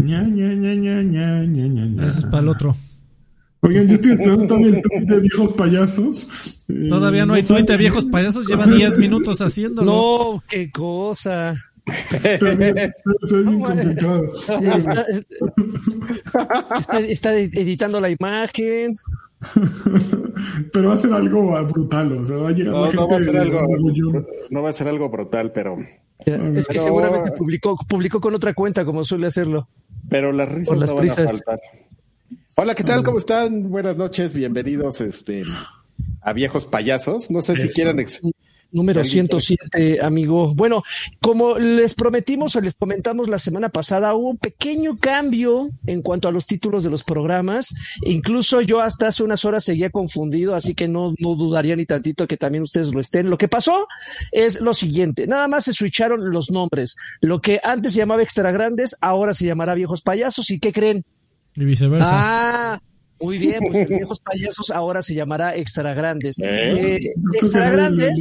Eso es para el otro. Oigan, yo estoy esperando todavía el tweet de viejos payasos. Todavía no hay tweet de viejos payasos, lleva 10 minutos haciéndolo. No, qué cosa. Soy bien concentrado. Está editando la imagen. Pero va a ser algo brutal, o sea, va a llegar la gente. No va a ser algo brutal, pero... Es que seguramente publicó con otra cuenta, como suele hacerlo. Pero las risas no van a faltar. Hola, ¿qué tal? ¿Cómo están? Buenas noches, bienvenidos a Viejos Payasos. No sé si quieran... Número 107, amigo. Bueno, como les prometimos o les comentamos la semana pasada, hubo un pequeño cambio en cuanto a los títulos de los programas. Incluso yo hasta hace unas horas seguía confundido, así que no dudaría ni tantito que también ustedes lo estén. Lo que pasó es lo siguiente, nada más se switcharon los nombres. Lo que antes se llamaba Extra Grandes, ahora se llamará Viejos Payasos. ¿Y qué creen? Y viceversa. Muy bien, pues Viejos Payasos ahora se llamará Extra Grandes. Extra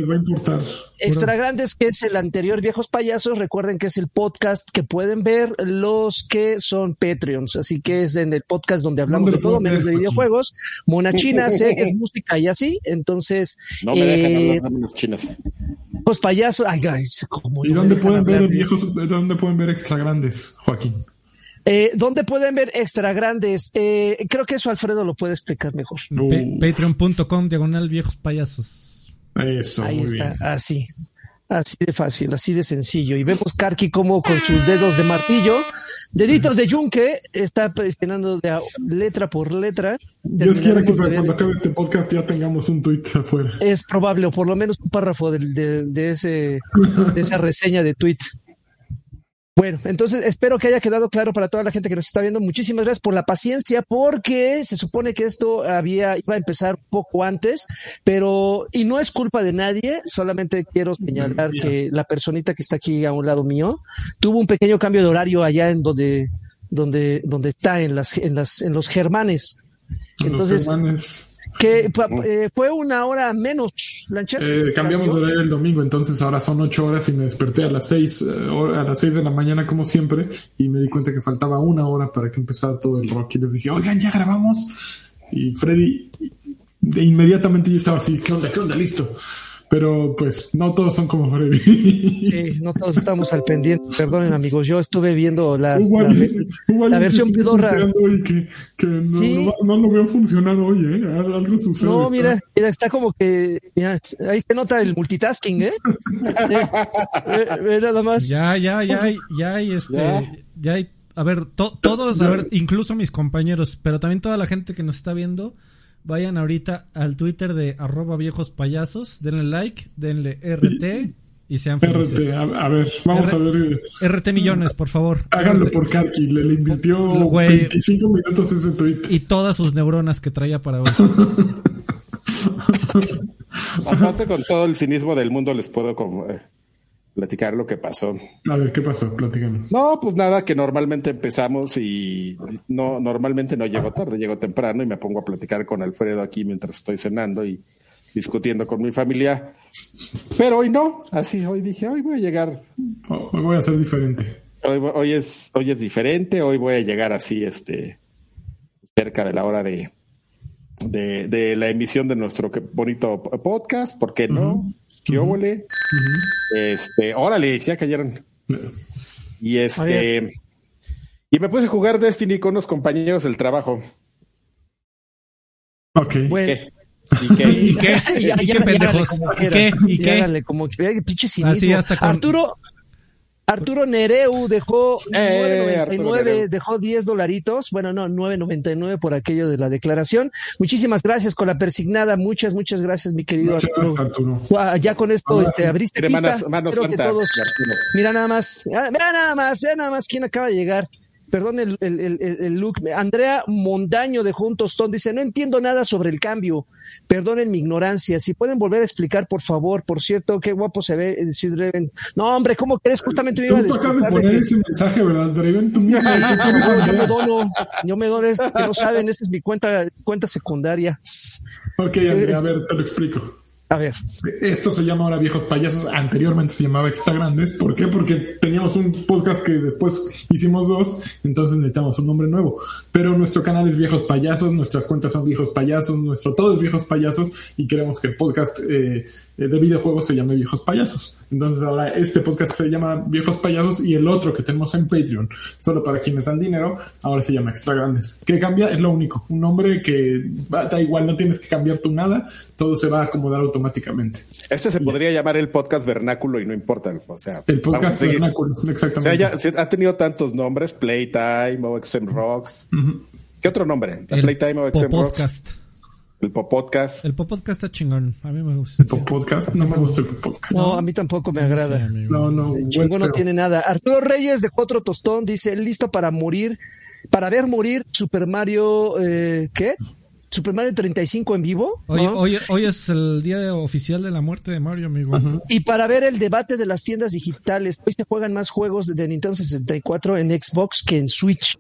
Grandes, que es el anterior Viejos Payasos, recuerden que es el podcast que pueden ver los que son Patreons, así que es en el podcast donde hablamos de todo, menos de videojuegos, monachina, series, música y así, entonces... No me dejan hablar de menos chinas. Los payasos... Ay, guys, ¿y dónde pueden ver dónde pueden ver Extra Grandes, Joaquín? ¿Dónde pueden ver Extra Grandes? Creo que eso Alfredo lo puede explicar mejor. Patreon.com/viejos payasos. Eso, ahí muy está, bien. así de fácil, así de sencillo. Y vemos Karki como con sus dedos de martillo, deditos de yunque, está presionando de letra por letra. Dios quiera que cuando acabe este podcast ya tengamos un tweet afuera. Es probable, o por lo menos un párrafo de esa reseña de tweet. Bueno, entonces espero que haya quedado claro para toda la gente que nos está viendo. Muchísimas gracias por la paciencia, porque se supone que esto iba a empezar poco antes, y no es culpa de nadie, solamente quiero señalar que la personita que está aquí a un lado mío tuvo un pequeño cambio de horario allá en donde está en los Germanes. Entonces, que fue una hora menos, Lanchas. Cambiamos de horario el domingo, entonces ahora son 8 horas y me desperté a las 6 de la mañana como siempre, y me di cuenta que faltaba una hora para que empezara todo el rock, y les dije, oigan, ya grabamos, y Freddy inmediatamente yo estaba así, ¿qué onda? Listo. Pero pues no todos son como Freddy. Sí, no todos estamos al pendiente. Perdonen, amigos, yo estuve viendo la versión pedorra. Que ¿Sí? no lo veo funcionar hoy, algo sucede. No, mira, está como que ahí se nota el multitasking, nada más. Ya hay, a ver, todos, a ver, incluso mis compañeros, pero también toda la gente que nos está viendo. Vayan ahorita al Twitter de @viejospayasos, denle like, denle RT y sean felices. RT, a ver, vamos a ver. RT millones, por favor. Háganlo RT. por Karki, le invirtió 25 minutos ese tweet. Y todas sus neuronas que traía para hoy. Aparte, con todo el cinismo del mundo, les puedo platicar lo que pasó. A ver, ¿qué pasó? Platícanos. No, pues nada, que normalmente empezamos y normalmente no llego tarde, llego temprano y me pongo a platicar con Alfredo aquí mientras estoy cenando y discutiendo con mi familia. Pero hoy no, hoy dije, hoy voy a llegar. Hoy voy a ser diferente. Hoy es diferente, hoy voy a llegar así, cerca de la hora de la emisión de nuestro bonito podcast, ¿por qué no? ¿Qué óvole? Órale, ya cayeron. Y y me puse a jugar Destiny con unos compañeros del trabajo. Ok. Bueno. ¿Y qué pendejos? ¿Y qué? Hágale como que pinche cinismo. Arturo Nereu dejó $9.99, dejó $10. Bueno, no, $9.99 por aquello de la declaración. Muchísimas gracias con la persignada. Muchas gracias, mi querido Arturo. Ya con esto abriste pista. Espero que todos... Mira nada más quién acaba de llegar. Perdón el look. Andrea Mondaño dejó un tostón. Dice, no entiendo nada sobre el cambio. Perdonen mi ignorancia. Si pueden volver a explicar, por favor. Por cierto, qué guapo se ve Sid Draven. No, hombre, ¿cómo crees? Justamente me iba a decir. Tú acabas de poner ese mensaje, ¿verdad, Draven? Tú mismo. Yo me dono. Que no saben, esta es mi cuenta secundaria. Ok, Andrea, a ver, te lo explico. A ver. Esto se llama ahora Viejos Payasos. Anteriormente se llamaba Extra Grandes. ¿Por qué? Porque teníamos un podcast que después hicimos 2, entonces necesitamos un nombre nuevo. Pero nuestro canal es Viejos Payasos, nuestras cuentas son Viejos Payasos, nuestro todo es Viejos Payasos, y queremos que el podcast de videojuegos se llame Viejos Payasos. Entonces ahora este podcast se llama Viejos Payasos, y el otro que tenemos en Patreon, solo para quienes dan dinero, ahora se llama Extra Grandes. ¿Qué cambia? Es lo único. Un nombre que da igual, no tienes que cambiar tú nada, todo se va a acomodar automáticamente. Este se podría llamar el podcast vernáculo y no importa. O sea, el podcast vernáculo, exactamente. O sea, ya ha tenido tantos nombres, Playtime o XM Rocks. Uh-huh. ¿Qué otro nombre? El Playtime o XM Podcast. Rocks. El Popodcast. El Popodcast está chingón. A mí me gusta. ¿El Popodcast? No me gusta el Popodcast. No, a mí tampoco me agrada. Sí, no. El chingón no tiene nada. Arturo Reyes de Cuatro Tostón dice, listo para morir, para ver morir Super Mario, ¿qué? Super Mario 35 en vivo. Hoy es el día oficial de la muerte de Mario, amigo. Uh-huh. Y para ver el debate de las tiendas digitales. Hoy se juegan más juegos de Nintendo 64 en Xbox que en Switch.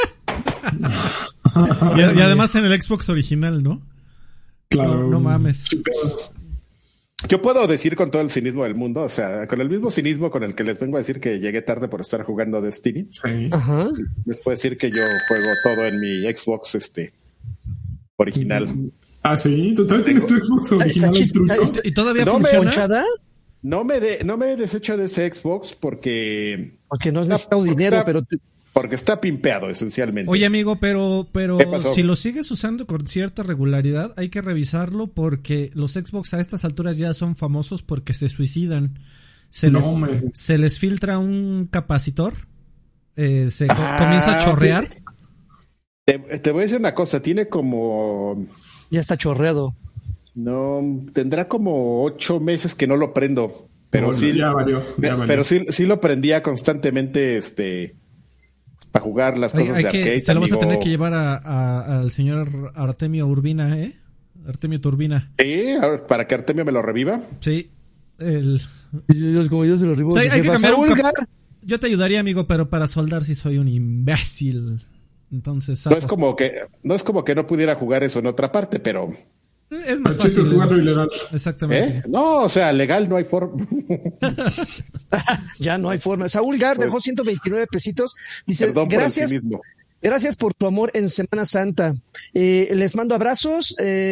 y además en el Xbox original, ¿no? Claro. No mames. Yo puedo decir con todo el cinismo del mundo, o sea, con el mismo cinismo con el que les vengo a decir que llegué tarde por estar jugando Destiny. Sí. Ajá. Les puedo decir que yo juego todo en mi Xbox original. Ah, sí, ¿tú todavía tienes tu Xbox original? ¿Y todavía funciona? No me he deshecho de ese Xbox porque no has gastado dinero, pero porque está pimpeado esencialmente. Oye, amigo, pero si lo sigues usando con cierta regularidad, hay que revisarlo porque los Xbox a estas alturas ya son famosos porque se suicidan. Se les filtra un capacitor, comienza a chorrear. Te voy a decir una cosa, tiene como... Ya está chorreado. No, tendrá como 8 meses que no lo prendo, pero ya valió. Pero sí lo prendía constantemente, para jugar las cosas de arcade. Se lo vas a tener que llevar al señor Artemio Urbina, ¿eh? Artemio Turbina. Sí, para que Artemio me lo reviva. Sí. Como yo se lo revivo. O sea, hay que cambiar Yo te ayudaría, amigo, pero para soldar sí soy un imbécil. Entonces, no es como que no pudiera jugar eso en otra parte, pero es más fácil jugarlo ilegal. Exactamente. No, o sea, legal no hay forma. Ya no hay forma. Saúl Gar dejó 129 pesitos. Dice, gracias por tu amor en Semana Santa. Les mando abrazos.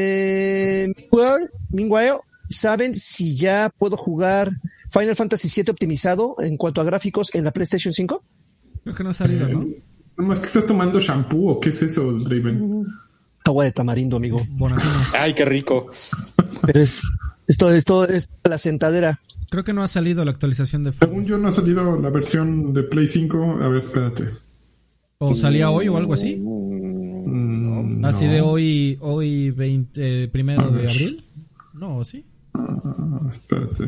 Meanwhile, ¿saben si ya puedo jugar Final Fantasy VII optimizado en cuanto a gráficos en la PlayStation 5? Creo que no ha salido, ¿no? No, es que estás tomando shampoo o qué es eso, Draven. Agua de tamarindo, amigo. Ay, qué rico. Pero esto es la sentadera. Creo que no ha salido la actualización de Según yo no ha salido la versión de Play 5. A ver, espérate. ¿O salía hoy o algo así? Así de hoy 1 de abril. No, ¿sí? Espérate.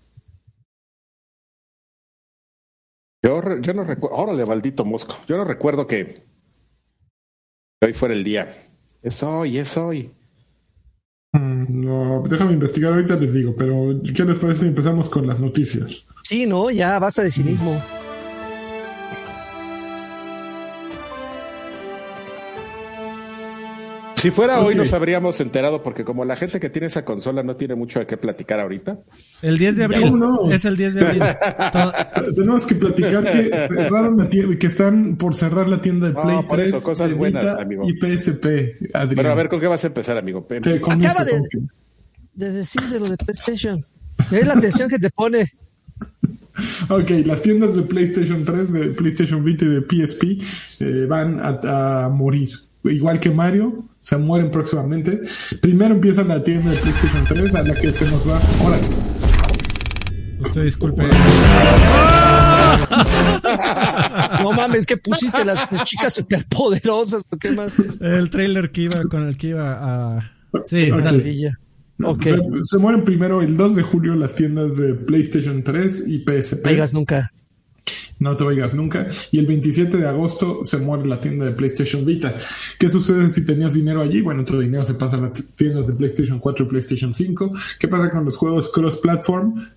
Yo no recuerdo. Órale, maldito mosco. Yo no recuerdo que hoy fuera el día. Es hoy. No, déjame investigar, ahorita les digo. Pero, ¿qué les parece si empezamos con las noticias? Sí, no, ya basta de cinismo. Si fuera hoy nos habríamos enterado porque como la gente que tiene esa consola no tiene mucho de qué platicar ahorita. El 10 de abril. No. Es el 10 de abril. Tenemos que platicar que cerraron la tienda, que están por cerrar la tienda de Play 3, por eso, cosas buenas, amigo. Y PSP, Adrián. Pero a ver, ¿con qué vas a empezar, amigo? Acaba de decir de lo de PlayStation. Es la atención que te pone. Ok, las tiendas de PlayStation 3, de PlayStation Vita y de PSP van a morir. Igual que Mario, se mueren próximamente. Primero empieza la tienda de PlayStation 3 a la que se nos va. ¡Órale! Usted disculpe. No mames, que pusiste las chicas superpoderosas. ¿Qué más? El trailer con el que iba a... Sí, maravilla. Okay. Se mueren primero el 2 de julio las tiendas de PlayStation 3 y PSP. No te oigas nunca. Y el 27 de agosto se muere la tienda de PlayStation Vita. ¿Qué sucede si tenías dinero allí? Bueno, tu dinero se pasa a las tiendas de PlayStation 4 y PlayStation 5. ¿Qué pasa con los juegos cross-platform?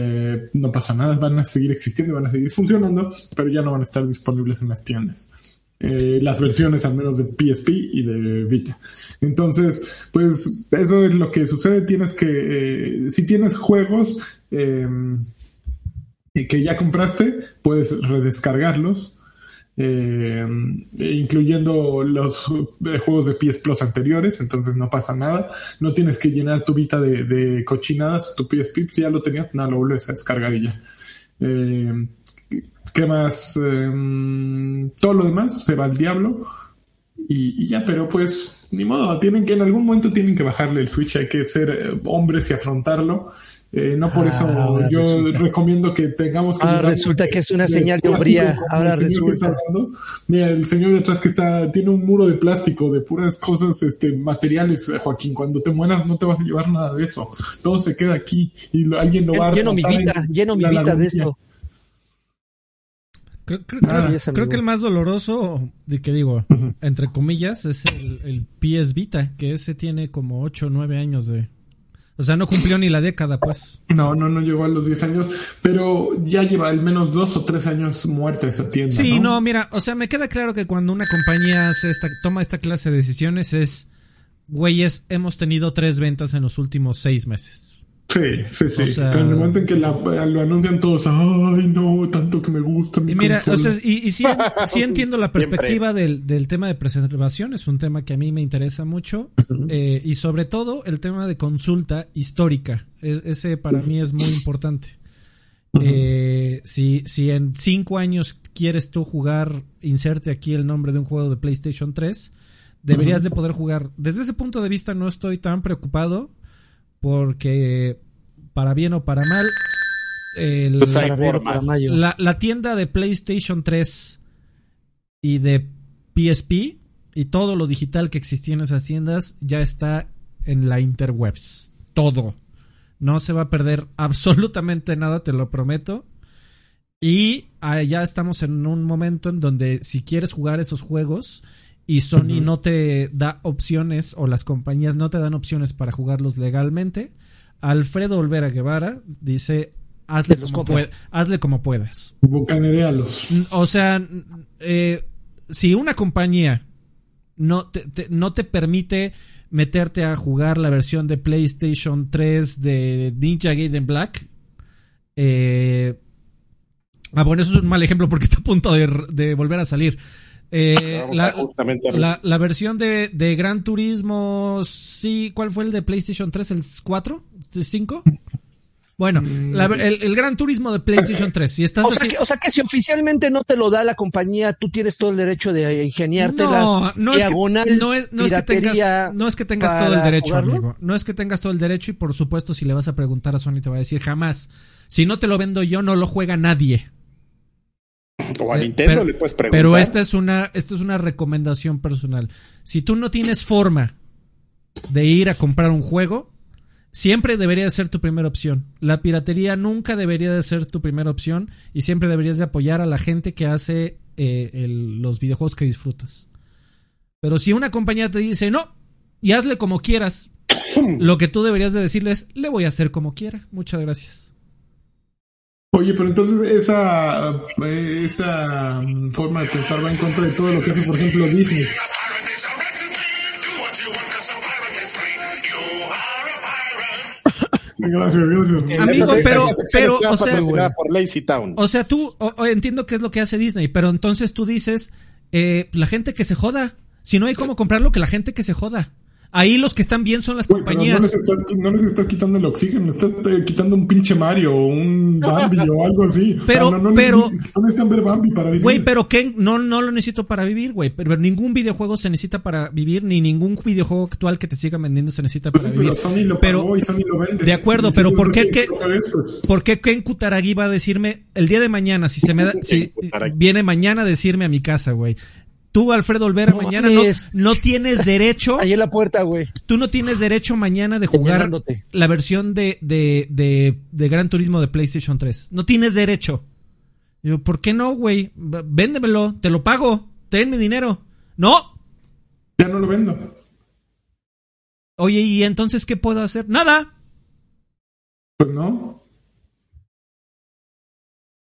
No pasa nada, van a seguir existiendo, van a seguir funcionando, pero ya no van a estar disponibles en las tiendas. las versiones al menos de PSP y de Vita. Entonces, pues eso es lo que sucede. Tienes que, si tienes juegos que ya compraste, puedes redescargarlos, incluyendo los juegos de PS Plus anteriores, entonces no pasa nada. No tienes que llenar tu Vita de cochinadas. Tu PSP, si ya lo tenías, no, lo vuelves a descargar y ya. ¿Qué más? Todo lo demás se va al diablo y ya, pero pues ni modo, en algún momento tienen que bajarle el Switch. Hay que ser hombres y afrontarlo. No por eso yo recomiendo que tengamos que... resulta que es una señal de hombría. Ahora resulta... Mira, el señor de atrás tiene un muro de plástico, de puras cosas materiales, Joaquín. Cuando te mueras no te vas a llevar nada de eso. Todo se queda aquí y alguien lo va a... Lleno mi Vita de esto. Creo que el más doloroso, entre comillas, es el PS Vita, que ese tiene como 8 o 9 años de... O sea, no cumplió ni la década, pues. No llegó a los 10 años, pero ya lleva al menos 2 o 3 años muerta esa tienda. Sí, no, mira, o sea, me queda claro que cuando una compañía toma esta clase de decisiones güeyes, hemos tenido 3 ventas en los últimos 6 meses. Sí. O sea, pero en el momento en que lo anuncian todos, ay, no, tanto que me gusta mi mira, consola. O sea, sí entiendo la perspectiva del tema de preservación, es un tema que a mí me interesa mucho, y sobre todo el tema de consulta histórica, ese para mí es muy importante. Si en 5 años quieres tú jugar, inserte aquí el nombre de un juego de PlayStation 3, deberías de poder jugar. Desde ese punto de vista no estoy tan preocupado, porque para bien o para mal, la tienda de PlayStation 3 y de PSP y todo lo digital que existía en esas tiendas ya está en la interwebs. Todo. No se va a perder absolutamente nada, te lo prometo. Y ya estamos en un momento en donde si quieres jugar esos juegos y Sony no te da opciones, o las compañías no te dan opciones para jugarlos legalmente, Alfredo Olvera Guevara dice, hazle como puedas. Bucaneréalos. O sea, si una compañía no te permite meterte a jugar la versión de PlayStation 3 de Ninja Gaiden Black, bueno, eso es un mal ejemplo porque está a punto de volver a salir. La versión de Gran Turismo, sí, ¿cuál fue el de PlayStation 3? ¿El 4? ¿El 5? Bueno, el Gran Turismo de PlayStation 3. Si estás o sea que si oficialmente no te lo da la compañía, tú tienes todo el derecho de ingeniártelas. No es que tengas todo el derecho, amigo. No es que tengas todo el derecho, y por supuesto, si le vas a preguntar a Sony, te va a decir jamás. Si no te lo vendo yo, no lo juega nadie. O a Nintendo le puedes preguntar. Pero esta es una recomendación personal. Si tú no tienes forma de ir a comprar un juego, siempre debería ser tu primera opción. La piratería nunca debería de ser tu primera opción, y siempre deberías de apoyar a la gente que hace los videojuegos que disfrutas. Pero si una compañía te dice no, y hazle como quieras, lo que tú deberías de decirle es, le voy a hacer como quiera, muchas gracias. Oye, pero entonces esa forma de pensar va en contra de todo lo que hace, por ejemplo, Disney. Gracias. Amigo, pero o sea, tú entiendo qué es lo que hace Disney, pero entonces tú dices, la gente que se joda. Si no hay cómo comprarlo, que la gente que se joda. Ahí los que están bien son las compañías. No les estás quitando el oxígeno, les estás quitando un pinche Mario o un Bambi o algo así. Pero no necesitan ver Bambi para vivir. Güey, pero ¿qué? No lo necesito para vivir, güey. Pero ningún videojuego se necesita para vivir, ni ningún videojuego actual que te sigan vendiendo se necesita para vivir. Pero Sony lo pagó y Sony lo vende. De acuerdo, pero ¿por qué Ken Kutaragi va a decirme el día de mañana, si viene mañana a decirme a mi casa, güey? Tú, Alfredo Olvera, mañana no tienes derecho. Ahí en la puerta, güey. Tú no tienes derecho mañana de jugar la versión de Gran Turismo de PlayStation 3. No tienes derecho. Yo, ¿por qué no, güey? Véndemelo, te lo pago. Ten mi dinero. ¡No! Ya no lo vendo. Oye, ¿y entonces qué puedo hacer? ¡Nada! Pues no.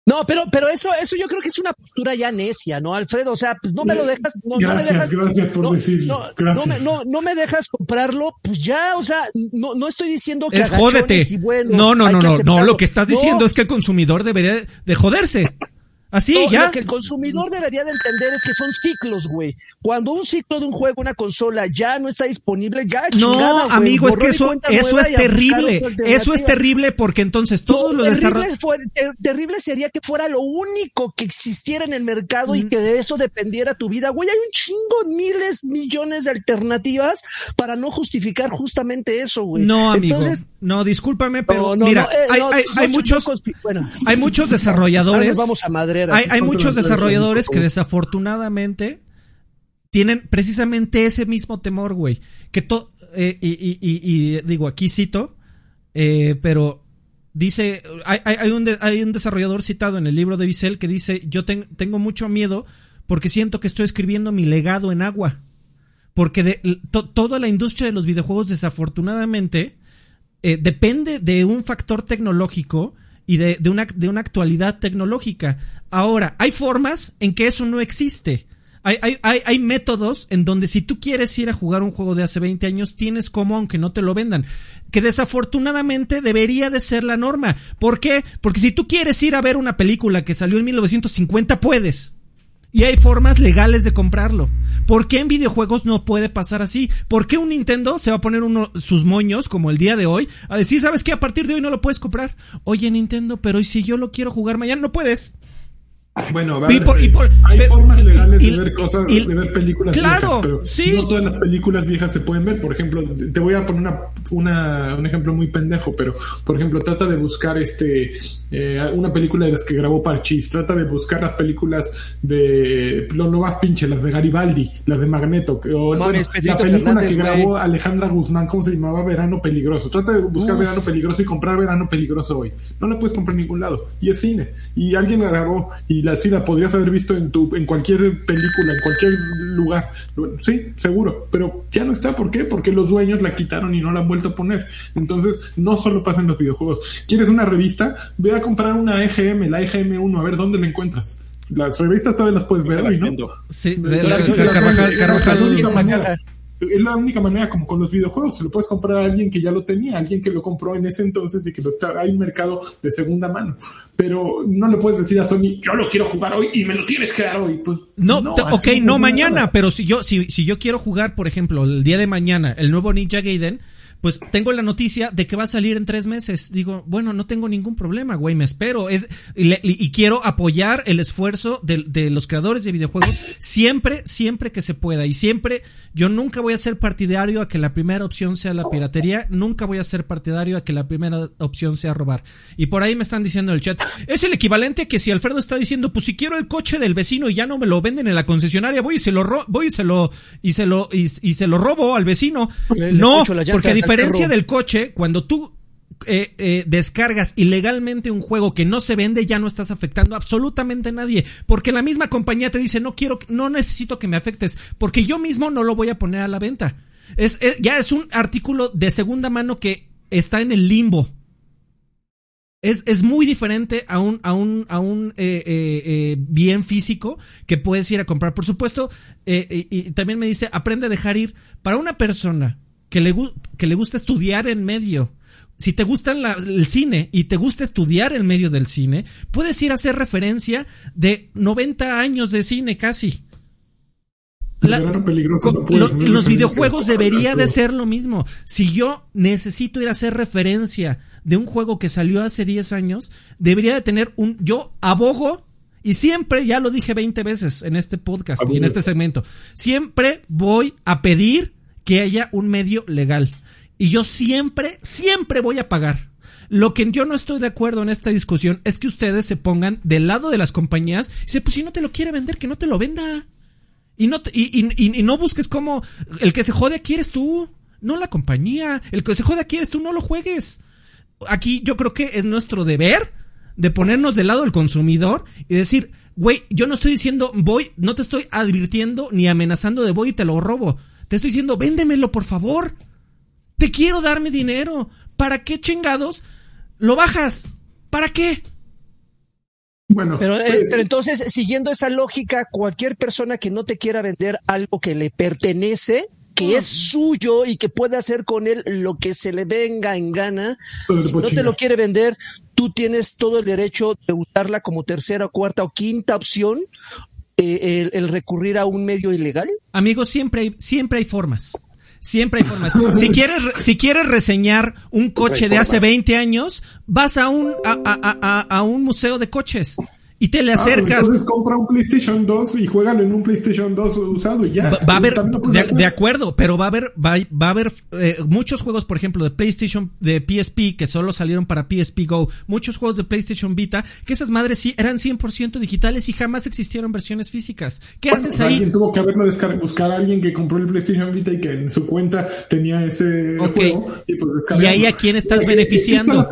No, pero eso yo creo que es una postura ya necia, ¿no, Alfredo? O sea, pues no me lo dejas, gracias por decirlo. No me dejas comprarlo, pues ya, o sea, no estoy diciendo que es jódete. Bueno, no, lo que estás diciendo es que el consumidor debería de joderse. Así, ya. Lo que el consumidor debería de entender es que son ciclos, güey. Cuando un ciclo de un juego, una consola, ya no está disponible, ya chingada, no, amigo, es que eso es terrible. Eso es terrible porque entonces todos los desarrolladores... Terrible sería que fuera lo único que existiera en el mercado y que de eso dependiera tu vida. Güey, hay un chingo, miles, millones de alternativas para no justificar justamente eso, güey. No, amigo. Entonces, no, discúlpame, pero mira, hay muchos desarrolladores... Vamos a madre. Hay muchos desarrolladores que desafortunadamente tienen precisamente ese mismo temor, güey. Que y digo, aquí cito, pero dice, hay un desarrollador citado en el libro de Wiesel que dice, yo tengo mucho miedo porque siento que estoy escribiendo mi legado en agua. Porque toda la industria de los videojuegos desafortunadamente depende de un factor tecnológico y de una actualidad tecnológica. Ahora, hay formas en que eso no existe. Hay métodos en donde si tú quieres ir a jugar un juego de hace 20 años, tienes como, aunque no te lo vendan. Que desafortunadamente debería de ser la norma. ¿Por qué? Porque si tú quieres ir a ver una película que salió en 1950, puedes. Y hay formas legales de comprarlo. ¿Por qué en videojuegos no puede pasar así? ¿Por qué un Nintendo se va a poner sus moños, como el día de hoy, a decir, ¿sabes qué? A partir de hoy no lo puedes comprar. Oye, Nintendo, pero ¿y si yo lo quiero jugar mañana? No puedes. Bueno, hay formas legales de ver cosas, de ver películas viejas, pero sí. No todas las películas viejas se pueden ver. Por ejemplo, te voy a poner un ejemplo muy pendejo, pero por ejemplo, trata de buscar una película de las que grabó Parchís, trata de buscar las películas de no más pinche, las de Garibaldi, las de Magneto, la película Fernández, que grabó Alejandra Guzmán, ¿cómo se llamaba? Verano Peligroso. Trata de buscar Verano Peligroso y comprar Verano Peligroso hoy. No la puedes comprar en ningún lado. Y es cine. Y alguien la grabó y la podrías haber visto en cualquier película, en cualquier lugar. Sí, seguro. Pero ya no está. ¿Por qué? Porque los dueños la quitaron y no la han vuelto a poner. Entonces, no solo pasa en los videojuegos. ¿Quieres una revista? Ve a comprar una EGM, la EGM1, a ver dónde la encuentras. Las revistas todavía las puedes ver hoy, ¿no? Sí, es la única manera, como con los videojuegos, se lo puedes comprar a alguien que ya lo tenía, alguien que lo compró en ese entonces y que hay un mercado de segunda mano, pero no le puedes decir a Sony, yo lo quiero jugar hoy y me lo tienes que dar hoy. Pues no mañana, nada. Pero si yo quiero jugar, por ejemplo, el día de mañana, el nuevo Ninja Gaiden, pues tengo la noticia de que va a salir en 3 meses. Digo, bueno, no tengo ningún problema, güey, me espero. Y quiero apoyar el esfuerzo de los creadores de videojuegos siempre que se pueda. Y siempre, yo nunca voy a ser partidario a que la primera opción sea la piratería. Nunca voy a ser partidario a que la primera opción sea robar. Y por ahí me están diciendo en el chat, es el equivalente a que si Alfredo está diciendo, pues si quiero el coche del vecino y ya no me lo venden en la concesionaria, voy y se lo robo al vecino. No, porque a diferencia del coche, cuando tú descargas ilegalmente un juego que no se vende, ya no estás afectando absolutamente a nadie, porque la misma compañía te dice, no necesito que me afectes, porque yo mismo no lo voy a poner a la venta. Ya es un artículo de segunda mano que está en el limbo. Es muy diferente a un bien físico que puedes ir a comprar. Por supuesto, y también me dice, aprende a dejar ir. Para una persona que le gusta estudiar en medio, si te gusta el cine y te gusta estudiar en medio del cine, puedes ir a hacer referencia de 90 años de cine casi. Los videojuegos debería de ser lo mismo. Si yo necesito ir a hacer referencia de un juego que salió hace 10 años, debería de tener yo abogo, y siempre, ya lo dije 20 veces en este podcast y en este segmento, siempre voy a pedir que haya un medio legal. Y yo siempre voy a pagar. Lo que yo no estoy de acuerdo en esta discusión es que ustedes se pongan del lado de las compañías y dicen, pues si no te lo quiere vender, que no te lo venda. Y no busques como el que se jode aquí eres tú, no la compañía. El que se jode aquí eres tú, no lo juegues. Aquí yo creo que es nuestro deber de ponernos del lado del consumidor y decir, güey, yo no estoy diciendo no te estoy advirtiendo ni amenazando de voy y te lo robo. Te estoy diciendo, véndemelo, por favor. Te quiero dar mi dinero. ¿Para qué chingados lo bajas? ¿Para qué? Bueno, pero entonces, siguiendo esa lógica, cualquier persona que no te quiera vender algo que le pertenece, que es suyo y que puede hacer con él lo que se le venga en gana, si no te lo quiere vender, tú tienes todo el derecho de usarla como tercera, cuarta o quinta opción, el recurrir a un medio ilegal. Amigos, siempre hay formas. Siempre hay formas. Si quieres reseñar un coche de hace 20 años, vas a un museo de coches y te le acercas. Entonces compra un PlayStation 2 y juégalo en un PlayStation 2 usado y ya. Va a haber, de acuerdo, pero va a haber muchos juegos, por ejemplo, de PlayStation, de PSP, que solo salieron para PSP Go, muchos juegos de PlayStation Vita, que esas madres sí eran 100% digitales y jamás existieron versiones físicas. ¿Qué haces ahí? Alguien tuvo que haberlo buscar a alguien que compró el PlayStation Vita y que en su cuenta tenía ese juego. Y ahí a quién estás beneficiando.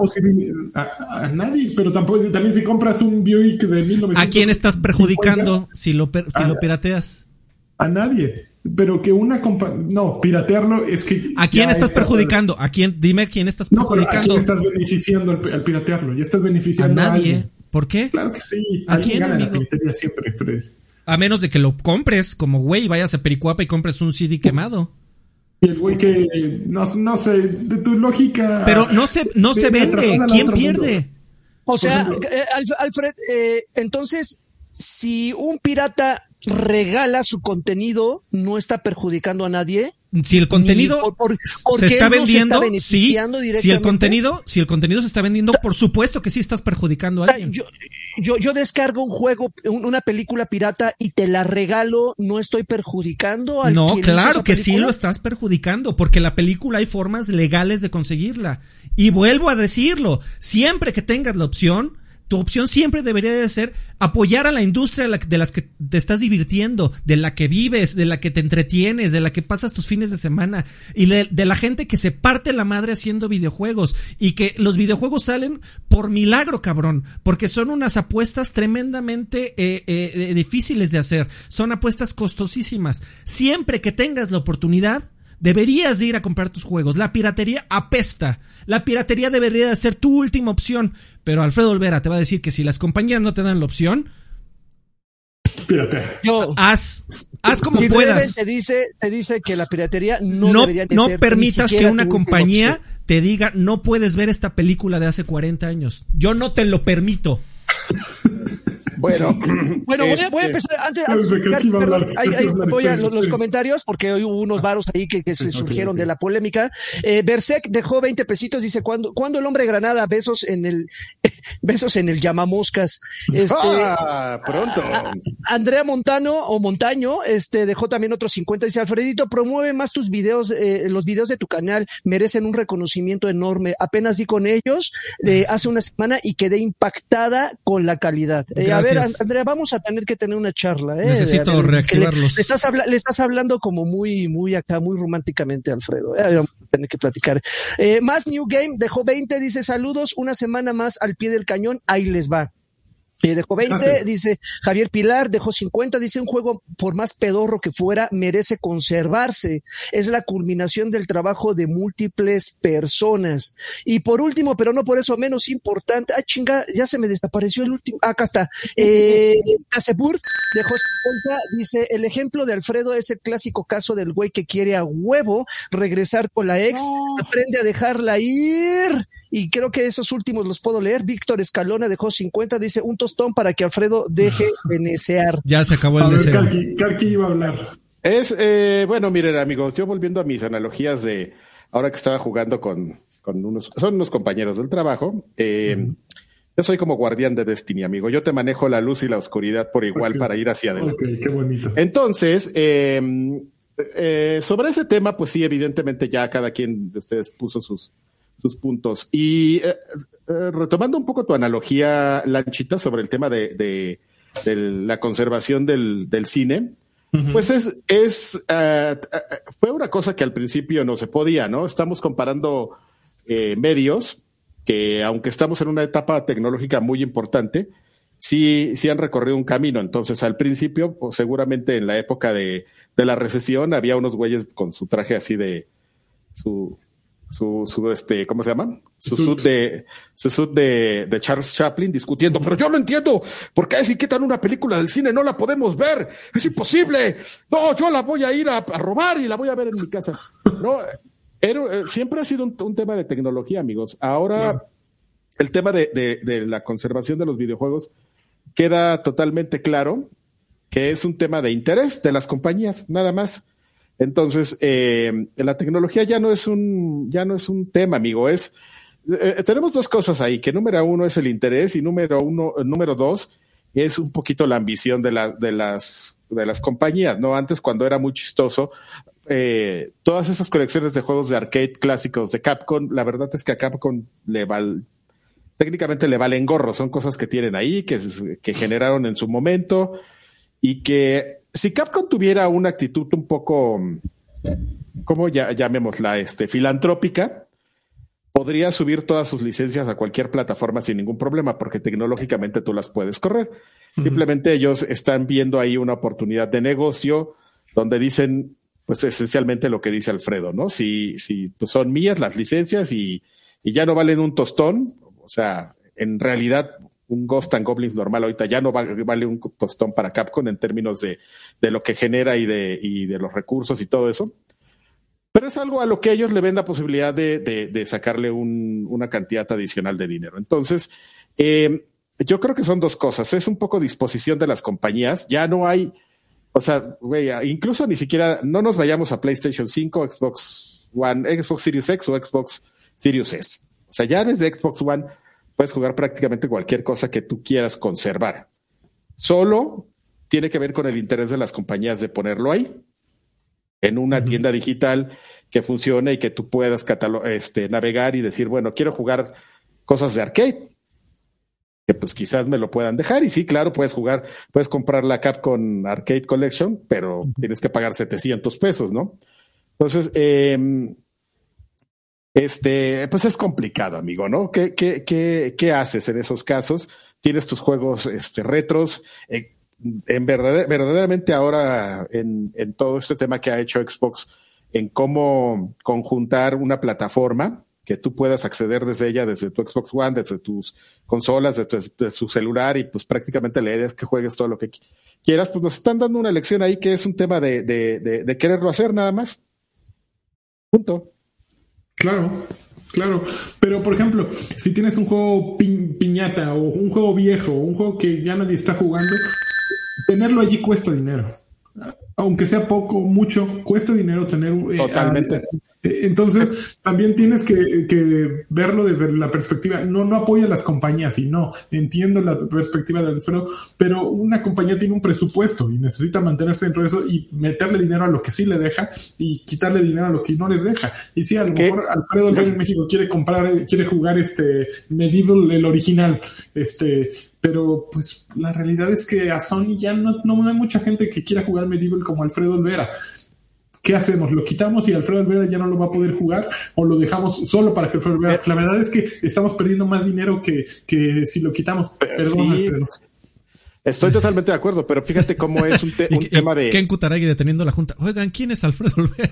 A nadie, pero también si compras un Buick de 1950, ¿a quién estás perjudicando si lo pirateas? A nadie. Pero que una no, piratearlo es que... ¿A quién estás perjudicando? Dime a quién estás perjudicando. ¿A quién estás beneficiando al piratearlo? Ya estás beneficiando a nadie. A alguien. ¿Por qué? Claro que sí. ¿A quién, gana amigo? La piratería siempre, Fred. A menos de que lo compres, como güey, vayas a Pericuapa y compres un CD quemado. Y el güey que... No sé, de tu lógica... Pero no se vende. ¿Quién pierde? Mundo. O sea, Alfred, entonces, si un pirata regala su contenido, ¿no está perjudicando a nadie? Si el contenido se está vendiendo, sí. Si el contenido se está vendiendo, por supuesto que sí estás perjudicando a alguien. Yo descargo un juego, una película pirata y te la regalo, ¿no estoy perjudicando al No, quien claro hizo esa que sí película? lo estás perjudicando, porque la película hay formas legales de conseguirla. Y vuelvo a decirlo, siempre que tengas la opción, tu opción siempre debería de ser apoyar a la industria de las que te estás divirtiendo, de la que vives, de la que te entretienes, de la que pasas tus fines de semana y de la gente que se parte la madre haciendo videojuegos y que los videojuegos salen por milagro, cabrón, porque son unas apuestas tremendamente difíciles de hacer, son apuestas costosísimas. Siempre que tengas la oportunidad, deberías de ir a comprar tus juegos. La piratería apesta. La piratería debería de ser tu última opción. Pero Alfredo Olvera te va a decir que si las compañías no te dan la opción, piratea. Haz como si puedas. Te dice que la piratería no debería de ser. No permitas que una compañía te diga no puedes ver esta película de hace 40 años. Yo no te lo permito. Bueno, voy a empezar antes voy a los comentarios porque hoy hubo unos varos ahí que se surgieron de la polémica. Berserk dejó 20 pesitos, dice ¿cuándo el hombre granada? Besos en el llamamoscas. Pronto. Andrea Montaño dejó también otros 50, dice Alfredito, promueve más tus videos, los videos de tu canal merecen un reconocimiento enorme, apenas di con ellos hace una semana y quedé impactada con la calidad. A ver, Andrea, vamos a tener que tener una charla. Necesito reactivarlos. Le estás hablando como muy acá, muy románticamente, Alfredo. Vamos a tener que platicar. Más New Game dejó 20, dice saludos, una semana más al pie del cañón, ahí les va. Dejó 20, gracias. Dice Javier Pilar, dejó 50, dice un juego por más pedorro que fuera merece conservarse, es la culminación del trabajo de múltiples personas. Y por último, pero no por eso menos importante, chinga, ya se me desapareció el último, acá está, Casebur dejó 50, dice el ejemplo de Alfredo es el clásico caso del güey que quiere a huevo regresar con la ex, aprende a dejarla ir. Y creo que esos últimos los puedo leer. Víctor Escalona dejó 50, dice un tostón para que Alfredo deje de necear. Ya se acabó el deseo. Karki iba a hablar. Bueno, miren amigos, yo volviendo a mis analogías de ahora que estaba jugando con unos compañeros del trabajo, yo soy como guardián de Destiny, amigo. Yo te manejo la luz y la oscuridad por igual para ir hacia adelante. Ok, qué bonito. Entonces, sobre ese tema, pues sí, evidentemente ya cada quien de ustedes puso sus puntos. Y retomando un poco tu analogía, Lanchita, sobre el tema de la conservación del cine, pues fue una cosa que al principio no se podía, ¿no? Estamos comparando medios que, aunque estamos en una etapa tecnológica muy importante, sí han recorrido un camino. Entonces, al principio, pues, seguramente en la época de la recesión, había unos güeyes con su traje así de su ¿cómo se llama? Su suit de Charles Chaplin discutiendo, pero yo no entiendo por qué si quitan una película del cine no la podemos ver, es imposible, no, yo la voy a ir a robar y la voy a ver en mi casa. No, siempre ha sido un tema de tecnología, amigos. Ahora el tema de la conservación de los videojuegos queda totalmente claro que es un tema de interés de las compañías, nada más. Entonces, la tecnología ya no es un tema, amigo. Tenemos dos cosas ahí, que número uno es el interés y número dos es un poquito la ambición de las compañías, ¿no? Antes, cuando era muy chistoso, todas esas colecciones de juegos de arcade clásicos de Capcom, la verdad es que a Capcom técnicamente le valen gorro, son cosas que tienen ahí, que generaron en su momento, y que si Capcom tuviera una actitud un poco, ¿cómo llamémosla? Filantrópica, podría subir todas sus licencias a cualquier plataforma sin ningún problema, porque tecnológicamente tú las puedes correr. Simplemente ellos están viendo ahí una oportunidad de negocio donde dicen, pues esencialmente lo que dice Alfredo, ¿no? Si pues son mías las licencias y ya no valen un tostón, o sea, en realidad un Ghost and Goblins normal ahorita ya no vale un tostón para Capcom en términos de lo que genera y de los recursos y todo eso. Pero es algo a lo que ellos le ven la posibilidad de sacarle una cantidad adicional de dinero. Entonces, yo creo que son dos cosas. Es un poco disposición de las compañías. Ya no hay, o sea, güey, incluso ni siquiera, no nos vayamos a PlayStation 5, Xbox One, Xbox Series X o Xbox Series S. O sea, ya desde Xbox One puedes jugar prácticamente cualquier cosa que tú quieras conservar. Solo tiene que ver con el interés de las compañías de ponerlo ahí, en una tienda digital que funcione y que tú puedas navegar y decir, bueno, quiero jugar cosas de arcade, que pues quizás me lo puedan dejar. Y sí, claro, puedes comprar la Capcom Arcade Collection, pero tienes que pagar $700, ¿no? Entonces, pues es complicado, amigo, ¿no? ¿Qué haces en esos casos? Tienes tus juegos retros. Verdaderamente ahora en todo este tema que ha hecho Xbox en cómo conjuntar una plataforma que tú puedas acceder desde ella, desde tu Xbox One, desde tus consolas, desde tu celular, y pues prácticamente la idea es que juegues todo lo que quieras. Pues nos están dando una lección ahí que es un tema de quererlo hacer nada más. Punto. Claro. Pero, por ejemplo, si tienes un juego piñata o un juego viejo o un juego que ya nadie está jugando, tenerlo allí cuesta dinero. Aunque sea poco, mucho, cuesta dinero tener totalmente. Entonces, también tienes que verlo desde la perspectiva, no apoyo a las compañías, y no, entiendo la perspectiva de Alfredo, pero una compañía tiene un presupuesto y necesita mantenerse dentro de eso y meterle dinero a lo que sí le deja y quitarle dinero a lo que no les deja. Y sí, a lo mejor Alfredo en México quiere jugar Medieval, el original, pero pues la realidad es que a Sony ya no hay mucha gente que quiera jugar Medieval como Alfredo Olvera. ¿Qué hacemos? ¿Lo quitamos y Alfredo Olvera ya no lo va a poder jugar? ¿O lo dejamos solo para que Alfredo Olvera? La verdad es que estamos perdiendo más dinero que si lo quitamos. Perdón, sí, Alfredo. Estoy totalmente de acuerdo, pero fíjate cómo es un tema de... Ken Kutaragi deteniendo la junta. Oigan, ¿quién es Alfredo Olvera?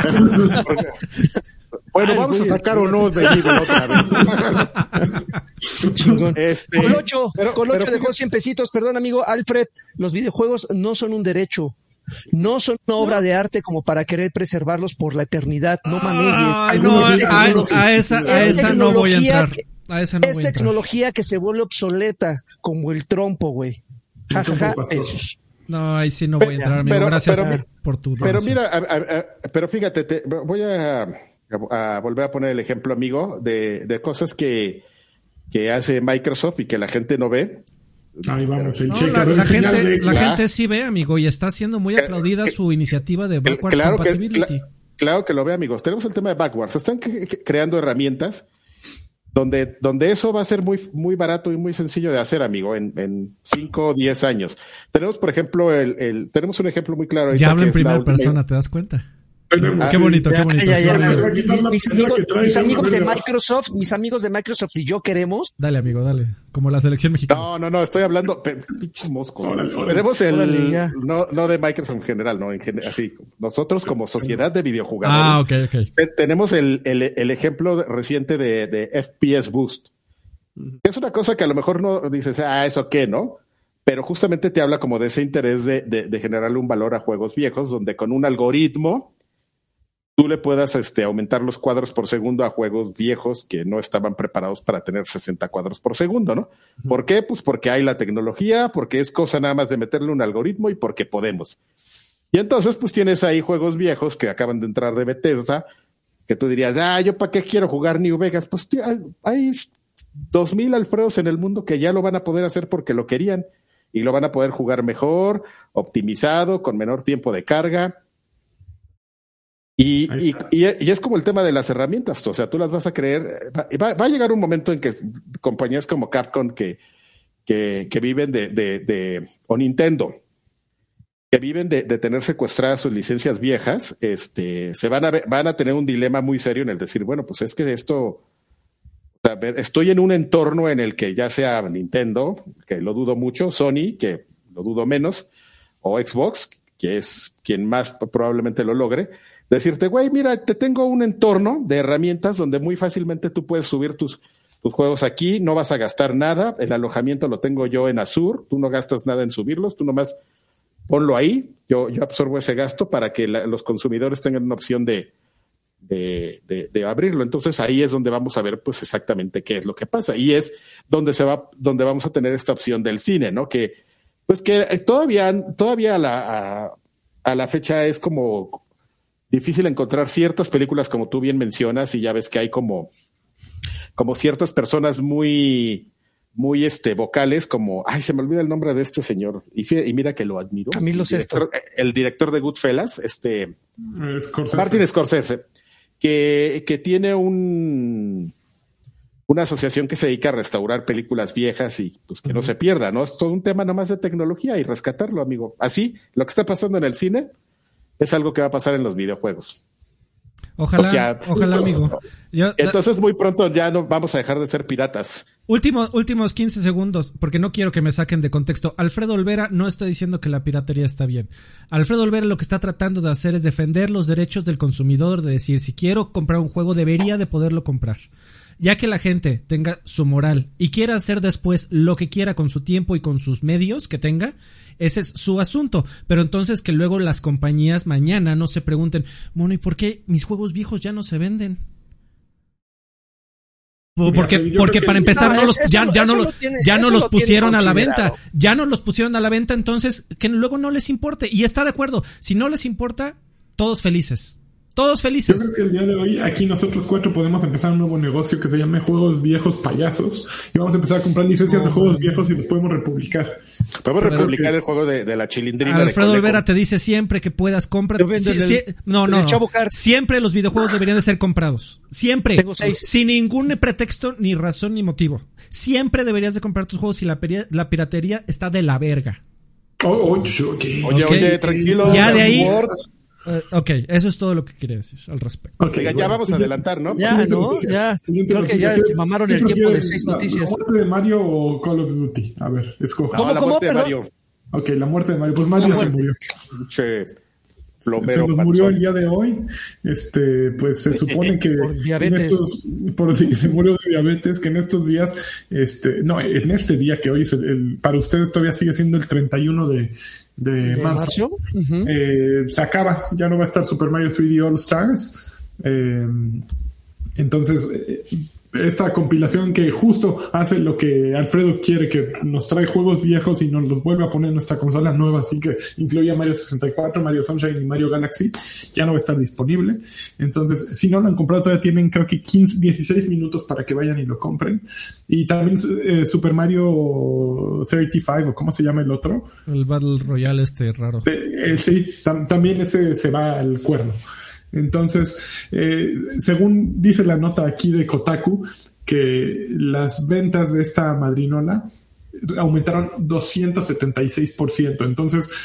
Bueno, vamos a sacar unos Medieval otra vez. Colocho dejó 100 pesitos. Perdón, amigo Alfred, los videojuegos no son un derecho. No son una obra de arte como para querer preservarlos por la eternidad. No manejes. A esa no voy a entrar. Es tecnología que se vuelve obsoleta, como el trompo, güey. Jajaja, esos. No, ahí sí no voy a entrar, amigo. Gracias por tu Pero mira, pero fíjate, voy a volver a poner el ejemplo, amigo, de cosas que hace Microsoft y que la gente no ve. Ahí vamos, la gente sí ve, amigo, y está siendo muy aplaudida su iniciativa de Backwards Compatibility. Claro que lo ve, amigos. Tenemos el tema de Backwards. Están creando herramientas donde eso va a ser muy, muy barato y muy sencillo de hacer, amigo, en 5 o 10 años. Tenemos, por ejemplo, tenemos un ejemplo muy claro. Ya hablo en primera persona, ¿te das cuenta? Qué bonito, qué bonito. Mis amigos de Microsoft y yo queremos. Dale, amigo, dale. Como la selección mexicana. No, estoy hablando, pinche mosco. Tenemos no de Microsoft en general, no, así, nosotros como sociedad de videojugadores. Ok. Tenemos el ejemplo reciente de FPS Boost. Es una cosa que a lo mejor no dices, ¿eso qué, no? Pero justamente te habla como de ese interés de generarle un valor a juegos viejos, donde con un algoritmo tú le puedas aumentar los cuadros por segundo a juegos viejos que no estaban preparados para tener 60 cuadros por segundo, ¿no? ¿Por qué? Pues porque hay la tecnología, porque es cosa nada más de meterle un algoritmo y porque podemos. Y entonces pues tienes ahí juegos viejos que acaban de entrar de Bethesda, que tú dirías, ¿yo para qué quiero jugar New Vegas? Pues hay 2,000 Alfredos en el mundo que ya lo van a poder hacer porque lo querían y lo van a poder jugar mejor, optimizado, con menor tiempo de carga. Y es como el tema de las herramientas, o sea, tú las vas a creer. Va a llegar un momento en que compañías como Capcom que viven o Nintendo, que viven de tener secuestradas sus licencias viejas, van a tener un dilema muy serio en el decir, bueno, pues es que esto, o sea, estoy en un entorno en el que ya sea Nintendo, que lo dudo mucho, Sony, que lo dudo menos, o Xbox, que es quien más probablemente lo logre, decirte, güey, mira, te tengo un entorno de herramientas donde muy fácilmente tú puedes subir tus juegos aquí, no vas a gastar nada, el alojamiento lo tengo yo en Azure, tú no gastas nada en subirlos, tú nomás ponlo ahí, yo absorbo ese gasto para que los consumidores tengan una opción de abrirlo. Entonces ahí es donde vamos a ver pues exactamente qué es lo que pasa y es donde vamos a tener esta opción del cine, ¿no? Que todavía a la fecha es como difícil encontrar ciertas películas como tú bien mencionas y ya ves que hay como ciertas personas muy vocales como, se me olvida el nombre de este señor y mira que lo admiro. El director de Goodfellas, Martin Scorsese, que tiene una asociación que se dedica a restaurar películas viejas y pues que no se pierda, ¿no? Es todo un tema nomás de tecnología y rescatarlo, amigo. Así, lo que está pasando en el cine es algo que va a pasar en los videojuegos. Ojalá, amigo. Entonces muy pronto ya no vamos a dejar de ser piratas. Últimos 15 segundos, porque no quiero que me saquen de contexto. Alfredo Olvera no está diciendo que la piratería está bien. Alfredo Olvera lo que está tratando de hacer es defender los derechos del consumidor, de decir, si quiero comprar un juego, debería de poderlo comprar. Ya que la gente tenga su moral y quiera hacer después lo que quiera con su tiempo y con sus medios que tenga, ese es su asunto. Pero entonces que luego las compañías mañana no se pregunten, bueno, ¿y por qué mis juegos viejos ya no se venden? Porque para empezar ya no los pusieron a la venta. Ya no los pusieron a la venta, entonces que luego no les importe. Y está de acuerdo, si no les importa, todos felices. Todos felices. Yo creo que el día de hoy aquí nosotros 4 podemos empezar un nuevo negocio que se llame Juegos Viejos Payasos y vamos a empezar a comprar licencias de juegos viejos y los podemos republicar. Podemos republicar el juego de la chilindrina. Alfredo Olvera te dice siempre que puedas comprar. Siempre los videojuegos deberían de ser comprados. Siempre. Sin ningún pretexto, ni razón, ni motivo. Siempre deberías de comprar tus juegos y la piratería está de la verga. Oye, tranquilo. Ya de ahí... ok, eso es todo lo que quería decir al respecto. Okay, ya vamos a adelantar, ¿no? Ya, ¿no? Ya. Creo que ya se mamaron el tiempo de 6 noticias. ¿La muerte de Mario o Call of Duty? A ver, escoja. La muerte de Mario. Ok, la muerte de Mario. Pues Mario se murió. Se nos murió el día de hoy. Pues se supone que por diabetes. Se murió de diabetes, que en estos días, en este día que hoy para ustedes todavía sigue siendo el 31 de marzo. Uh-huh. Se acaba, ya no va a estar Super Mario 3D All Stars. Entonces, esta compilación que justo hace lo que Alfredo quiere, que nos trae juegos viejos y nos los vuelve a poner en nuestra consola nueva, así que incluía Mario 64, Mario Sunshine y Mario Galaxy, ya no va a estar disponible. Entonces, si no lo han comprado, todavía tienen creo que 16 minutos para que vayan y lo compren. Y también Super Mario 35, o ¿cómo se llama el otro? El Battle Royale raro. Sí, también ese se va al cuerno. Entonces, según dice la nota aquí de Kotaku, que las ventas de esta madrinola aumentaron 276%. Entonces,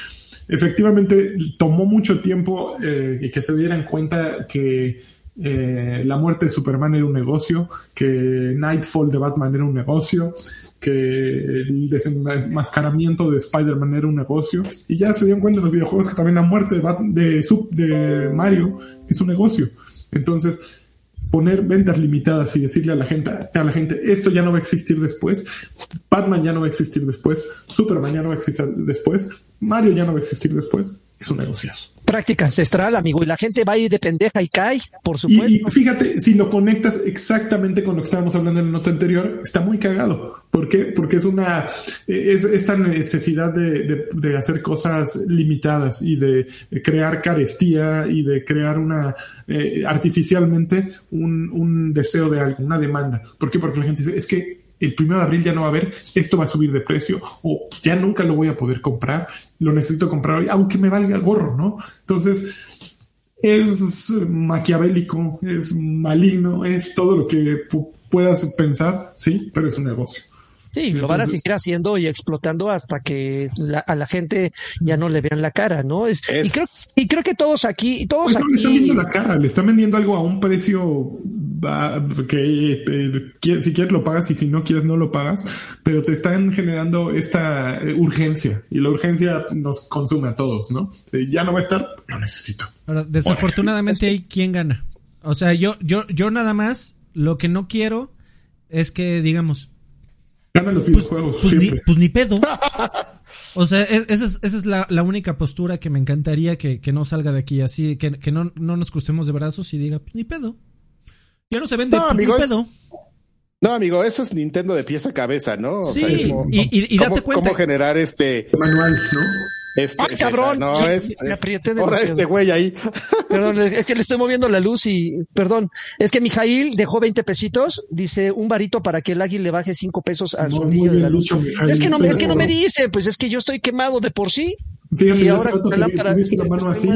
efectivamente tomó mucho tiempo que se dieran cuenta que la muerte de Superman era un negocio, que Nightfall de Batman era un negocio, que el desenmascaramiento de Spider-Man era un negocio, y ya se dieron cuenta en los videojuegos que también la muerte de Mario es un negocio. Entonces, poner ventas limitadas y decirle a la gente, esto ya no va a existir después, Batman ya no va a existir después, Superman ya no va a existir después, Mario ya no va a existir después, es un negociazo. Práctica ancestral, amigo, y la gente va a ir de pendeja y cae, por supuesto. Y fíjate, si lo conectas exactamente con lo que estábamos hablando en la nota anterior, está muy cagado. ¿Por qué? Porque es esta necesidad de hacer cosas limitadas y de crear carestía y de crear artificialmente un deseo de algo, una demanda. ¿Por qué? Porque la gente dice, es que el 1 de abril ya no va a haber, esto va a subir de precio, o ya nunca lo voy a poder comprar, lo necesito comprar hoy, aunque me valga el gorro, ¿no? Entonces, es maquiavélico, es maligno, es todo lo que puedas pensar, sí, pero es un negocio. Sí, lo van a seguir haciendo y explotando hasta que a la gente ya no le vean la cara, ¿no? Y creo que todos aquí... No, le están viendo la cara, le están vendiendo algo a un precio que si quieres lo pagas y si no quieres no lo pagas, pero te están generando esta urgencia, y la urgencia nos consume a todos, ¿no? Si ya no va a estar, lo necesito. Ahora, desafortunadamente hay quien gana. O sea, yo nada más, lo que no quiero es que, digamos... Ganan los videojuegos, siempre. Pues ni pedo. O sea, esa es la única postura que me encantaría que no salga de aquí, así que no nos crucemos de brazos y diga, pues ni pedo. Ya no se vende, no, pues amigo, ni pedo. No, amigo, eso es Nintendo de pies a cabeza, ¿no? O sí, sea, es como, y date cuenta. ¿Cómo generar manual, ¿no? ¡Ay, cabrón! No, me aprieté de ahora güey ahí. Perdón, es que le estoy moviendo la luz y... Perdón, es que Mijail dejó 20 pesitos, dice un varito para que el águila le baje 5 pesos al sonido de la luz. Mijail, es que no me dice, pues es que yo estoy quemado de por sí. Fíjate, y ahora con la lámpara... la mano así.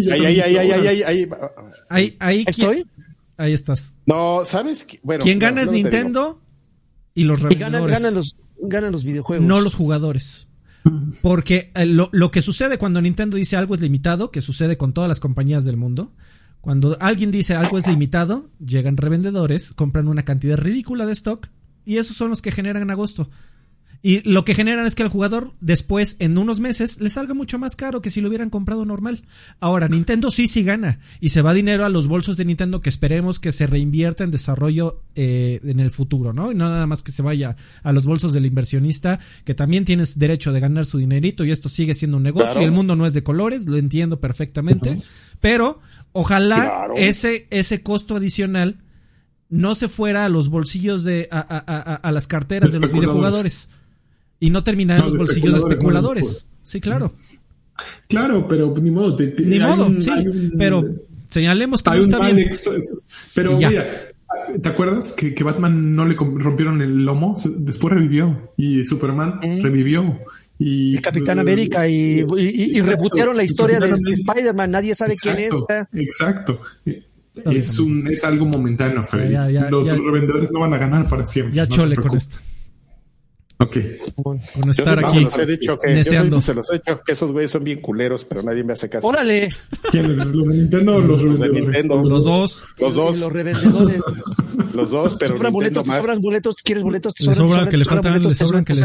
Ahí estoy. Ahí estás. No, ¿sabes? Bueno, quien gana es Nintendo y los revendedores. Ganan los videojuegos. No los jugadores. Porque lo que sucede cuando Nintendo dice algo es limitado, que sucede con todas las compañías del mundo, cuando alguien dice algo es limitado, llegan revendedores, compran una cantidad ridícula de stock y esos son los que generan agosto. Y lo que generan es que al jugador después, en unos meses, le salga mucho más caro que si lo hubieran comprado normal. Ahora, Nintendo sí gana. Y se va dinero a los bolsos de Nintendo, que esperemos que se reinvierta en desarrollo en el futuro, ¿no? Y no nada más que se vaya a los bolsos del inversionista, que también tienes derecho de ganar su dinerito, y esto sigue siendo un negocio. Claro. Y el mundo no es de colores, lo entiendo perfectamente. Pero ojalá ese costo adicional no se fuera a los bolsillos a las carteras de los videojugadores. Y no terminar en los bolsillos de especuladores. Sí, claro. Claro, pero ni modo. Pero señalemos que no está bien. Pero mira, ¿te acuerdas que Batman no le rompieron el lomo? Después revivió. Y Superman revivió. Y el Capitán América y rebotearon la historia de Spider-Man. Nadie sabe quién es. Exacto. Es algo momentáneo, Freddy. Los revendedores no van a ganar para siempre. Ya chole con esto. Ok. Con estar aquí. Los he dicho que se los he dicho que esos güeyes son bien culeros, pero nadie me hace caso. ¡Órale! ¿Quiénes? ¿Los de Nintendo o los revendedores? Los dos. Los revendedores. Los dos, pero sobran boletos, te sobran boletos, ¿quieres boletos? Le sobran, que le faltan. ¿De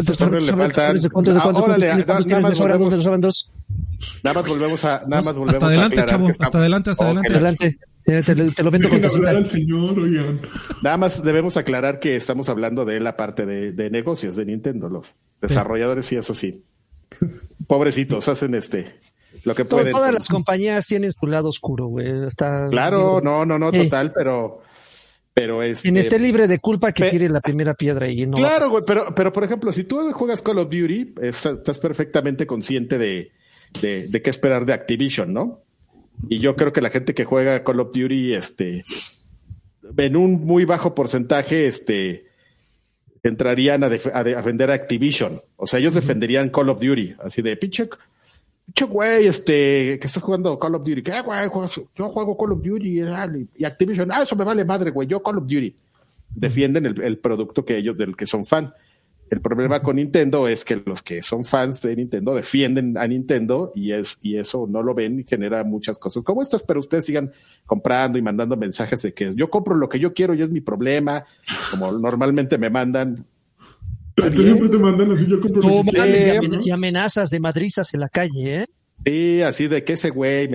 cuántos le sobran? Dos. Nada más volvemos a hasta adelante, chavo. Hasta adelante. Te lo vendo con al señor, oigan. Nada más debemos aclarar que estamos hablando de la parte de negocios de Nintendo, los desarrolladores y eso sí. Pobrecitos, hacen lo que pueden. Todas las compañías tienen su lado oscuro, güey. Claro, no, total, pero quien esté libre de culpa que tire la primera piedra y no. Claro, güey, pero por ejemplo, si tú juegas Call of Duty, estás perfectamente consciente de qué esperar de Activision, ¿no? Y yo creo que la gente que juega Call of Duty, en un muy bajo porcentaje, entrarían a defender a Activision. O sea, ellos defenderían Call of Duty, así de pinche güey, que estás jugando Call of Duty. ¿Qué güey? Yo juego Call of Duty y Activision, eso me vale madre, güey, yo Call of Duty. Defienden el producto del que son fan. El problema con Nintendo es que los que son fans de Nintendo defienden a Nintendo y eso no lo ven y genera muchas cosas como estas, pero ustedes sigan comprando y mandando mensajes de que yo compro lo que yo quiero y es mi problema, como normalmente me mandan. Siempre te mandan así, yo compro lo que quiero. Y amenazas de madrizas en la calle, ¿eh? Sí, así de que ese güey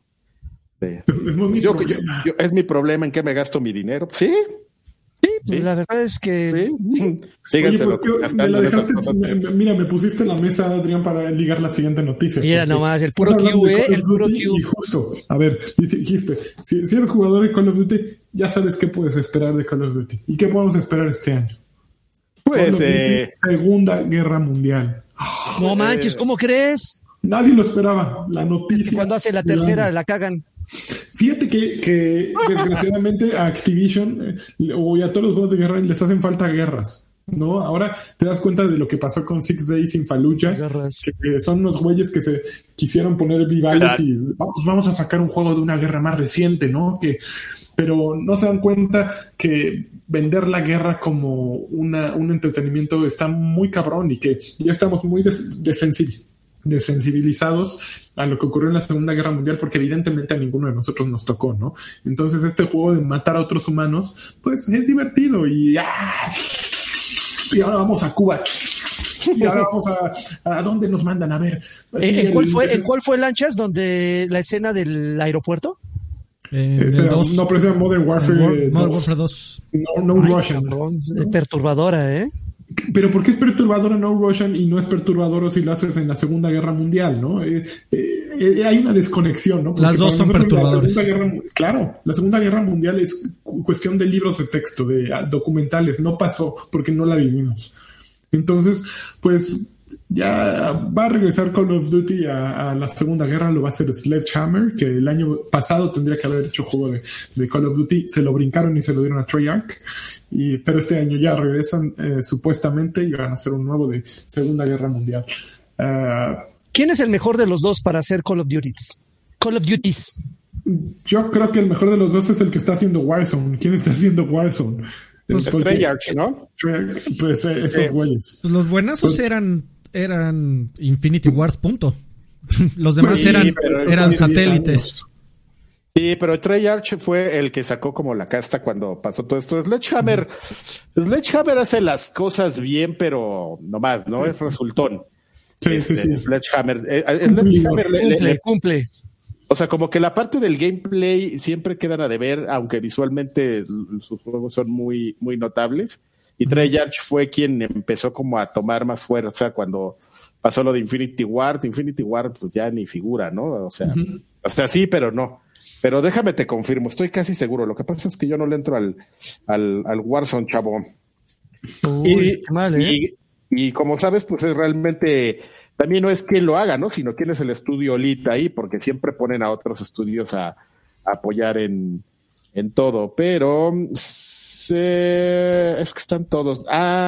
es mi problema en qué me gasto mi dinero. Sí. Sí, la verdad es que... Síganse mira, me pusiste en la mesa, Adrián, para ligar la siguiente noticia. Mira nomás, el puro Q, el puro Q. Y justo, a ver, dijiste, si eres jugador de Call of Duty, ya sabes qué puedes esperar de Call of Duty. ¿Y qué podemos esperar este año? Pues... Segunda Guerra Mundial. No manches, ¿cómo crees? Nadie lo esperaba, la noticia. Es que cuando hace la tercera la cagan. Fíjate que desgraciadamente a Activision y a todos los juegos de guerra les hacen falta guerras, ¿no? Ahora te das cuenta de lo que pasó con 6 Days in Fallujah, que son unos güeyes que se quisieron poner vivales y vamos a sacar un juego de una guerra más reciente, ¿no? Pero no se dan cuenta que vender la guerra como un entretenimiento está muy cabrón y que ya estamos muy desensibilizados a lo que ocurrió en la Segunda Guerra Mundial, porque evidentemente a ninguno de nosotros nos tocó, ¿no? Entonces este juego de matar a otros humanos, pues es divertido y ahora vamos a Cuba y ahora vamos a ¿dónde nos mandan? A ver. ¿En cuál fue Lanchas? ¿Donde la escena del aeropuerto? No, pero ese Modern Warfare 2. No Russian. Perturbadora, ¿eh? Pero ¿por qué es perturbadora No Russian y no es perturbador si lo haces en la Segunda Guerra Mundial, ¿no? Hay una desconexión, ¿no? Porque las dos son perturbadoras. La Segunda Guerra Mundial es cuestión de libros de texto, de documentales, no pasó porque no la vivimos. Entonces, pues ya va a regresar Call of Duty a la Segunda Guerra, lo va a hacer Sledgehammer, que el año pasado tendría que haber hecho juego de Call of Duty, se lo brincaron y se lo dieron a Treyarch, pero este año ya regresan supuestamente y van a hacer un nuevo de Segunda Guerra Mundial. ¿Quién es el mejor de los dos para hacer Call of Duties? Yo creo que el mejor de los dos es el que está haciendo Warzone. ¿Quién está haciendo Warzone? Pues Treyarch, ¿no? Pues esos güeyes. Pues los buenazos eran Infinity Wars, punto. Los demás eran satélites. Sí, pero Treyarch fue el que sacó como la casta cuando pasó todo esto. Sledgehammer hace las cosas bien, pero nomás, ¿no? Es resultón. Sí. Sledgehammer cumple. O sea, como que la parte del gameplay siempre quedan a deber, aunque visualmente sus juegos son muy, muy notables. Y Treyarch fue quien empezó como a tomar más fuerza cuando pasó lo de Infinity Ward. Infinity Ward pues ya ni figura, ¿no? O sea, hasta sí, pero no. Pero déjame te confirmo, estoy casi seguro. Lo que pasa es que yo no le entro al Warzone, chavo. Uy, qué mal, ¿eh? Y como sabes, pues es realmente... También no es quién lo haga, ¿no? Sino quién es el estudio Elite ahí, porque siempre ponen a otros estudios a apoyar en todo. Pero es que están todos.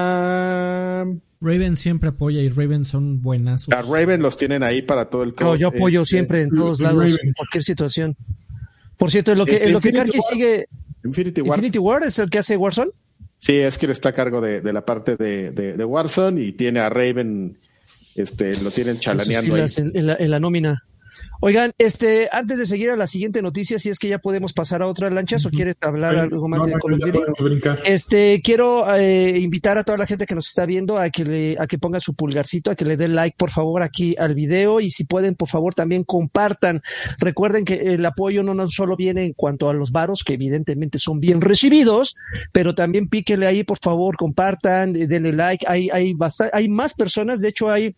Raven siempre apoya y Raven son buenazos. A Raven los tienen ahí para todo el... yo apoyo siempre en todos lados, Raven. En cualquier situación. Por cierto, en lo que Karki sigue... Infinity Ward es el que hace Warzone. Sí, es que él está a cargo de la parte de Warzone y tiene a Raven... lo tienen chalaneando ahí. En la nómina. Oigan, antes de seguir a la siguiente noticia, si es que ya podemos pasar a otra, Lanchas, o quieres hablar algo más de Call of Duty. Quiero invitar a toda la gente que nos está viendo a que ponga su pulgarcito, a que le dé like, por favor, aquí al video, y si pueden, por favor, también compartan. Recuerden que el apoyo no solo viene en cuanto a los varos, que evidentemente son bien recibidos, pero también píquenle ahí, por favor, compartan, denle like. Hay más personas, de hecho hay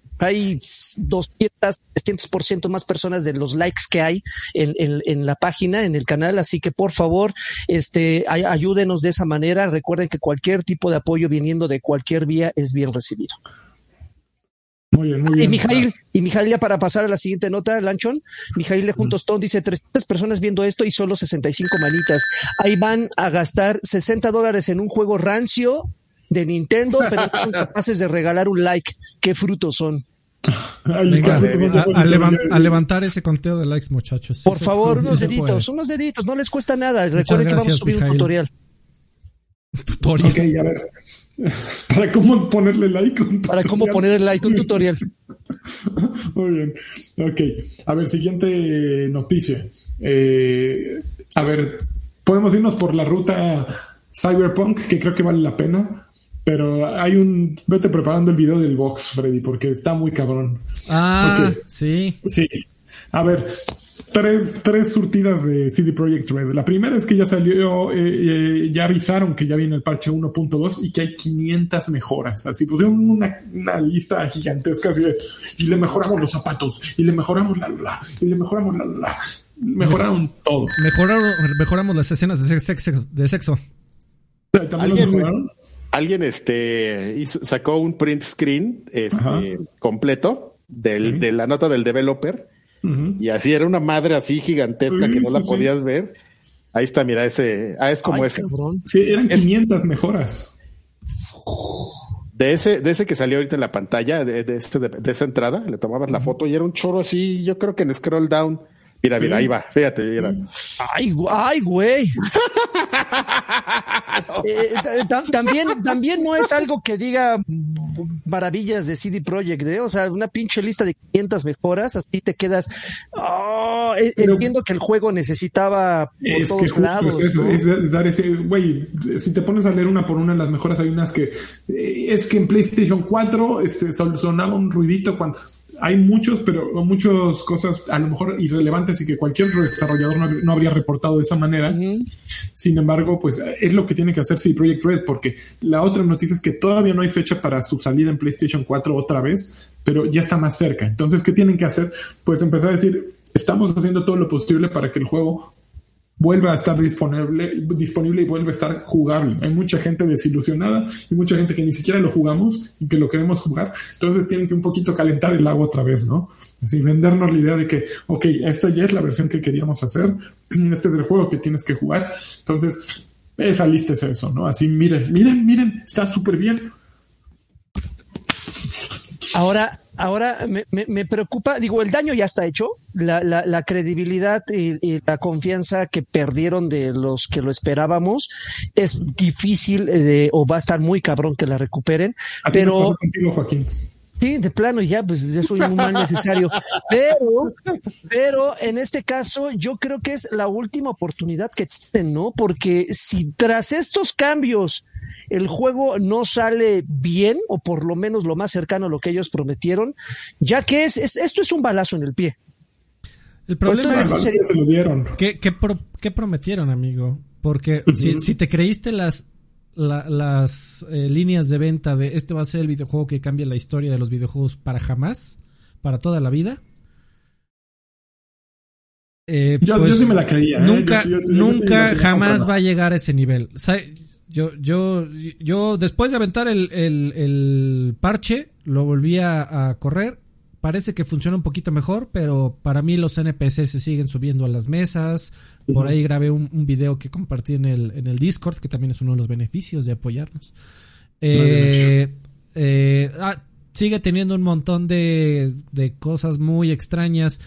200% más personas de los likes que hay en la página, en el canal, así que por favor, ayúdenos de esa manera. Recuerden que cualquier tipo de apoyo viniendo de cualquier vía es bien recibido. Muy bien. Y Mijail, ya para pasar a la siguiente nota, Lanchón, Mijail de Juntos Ton dice 300 personas viendo esto y solo 65 manitas. Ahí van a gastar $60 en un juego rancio de Nintendo, pero no son capaces de regalar un like. ¿Qué frutos son? Venga, a levantar ese conteo de likes, muchachos. Por favor, unos deditos, no les cuesta nada. Recuerden que vamos a subir un tutorial. Tutorial. Ok, a ver. Para cómo ponerle like. Para cómo poner el like, un tutorial. Muy bien. Ok. A ver, siguiente noticia. A ver, podemos irnos por la ruta Cyberpunk, que creo que vale la pena. Pero vete preparando el video del box, Freddy, porque está muy cabrón. Okay. Sí. Sí. A ver, tres surtidas de CD Projekt Red. La primera es que ya salió, ya avisaron que ya viene el parche 1.2 y que hay 500 mejoras. Así pusieron una lista gigantesca así de, y le mejoramos los zapatos, y le mejoramos y le mejoramos Mejoraron todo. Mejoramos las escenas de sexo. ¿También lo mejoraron? Alguien sacó un print screen completo de la nota del developer. Uh-huh. Y así era una madre así gigantesca que no la podías ver. Ahí está, mira, ese. Es como ese. Cabrón. Sí, eran 500 mejoras. De ese que salió ahorita en la pantalla, de esa entrada, le tomabas la foto y era un chorro así, yo creo que en scroll down. Mira, ahí va, fíjate, mira. Ay, güey. También no es algo que diga maravillas de CD Projekt, ¿eh? O sea, una pinche lista de 500 mejoras, así te quedas. Entiendo que el juego necesitaba por todos lados. Es eso, ¿no? Es dar ese, güey, si te pones a leer una por una, las mejoras hay unas que es que en PlayStation 4 sonaba un ruidito cuando. Hay muchas cosas a lo mejor irrelevantes y que cualquier desarrollador no habría reportado de esa manera. Uh-huh. Sin embargo, pues es lo que tiene que hacer CD Projekt Red, porque la otra noticia es que todavía no hay fecha para su salida en PlayStation 4 otra vez, pero ya está más cerca. Entonces, ¿qué tienen que hacer? Pues empezar a decir, estamos haciendo todo lo posible para que el juego vuelva a estar disponible y vuelva a estar jugable. Hay mucha gente desilusionada y mucha gente que ni siquiera lo jugamos y que lo queremos jugar. Entonces tienen que un poquito calentar el agua otra vez, ¿no? Así vendernos la idea de que, ok, esta ya es la versión que queríamos hacer, este es el juego que tienes que jugar. Entonces, esa lista es eso, ¿no? Así, miren, está súper bien. Ahora me preocupa, digo, el daño ya está hecho, la credibilidad y la confianza que perdieron de los que lo esperábamos es difícil o va a estar muy cabrón que la recuperen. Así pero me pasó contigo, Joaquín. Sí, de plano ya, pues ya soy un mal necesario. Pero en este caso yo creo que es la última oportunidad que tienen, ¿no? Porque si tras estos cambios el juego no sale bien, o por lo menos lo más cercano a lo que ellos prometieron, ya que esto es un balazo en el pie. El problema es ¿qué prometieron, amigo? Porque si te creíste las líneas de venta de este va a ser el videojuego que cambia la historia de los videojuegos para jamás, para toda la vida. Yo sí me la creía. Nunca jamás va a llegar a ese nivel. O sea, yo después de aventar el parche, lo volví a correr. Parece que funciona un poquito mejor, pero para mí los NPCs se siguen subiendo a las mesas. Por ahí grabé un video que compartí en el Discord, que también es uno de los beneficios de apoyarnos. Sigue teniendo un montón de cosas muy extrañas.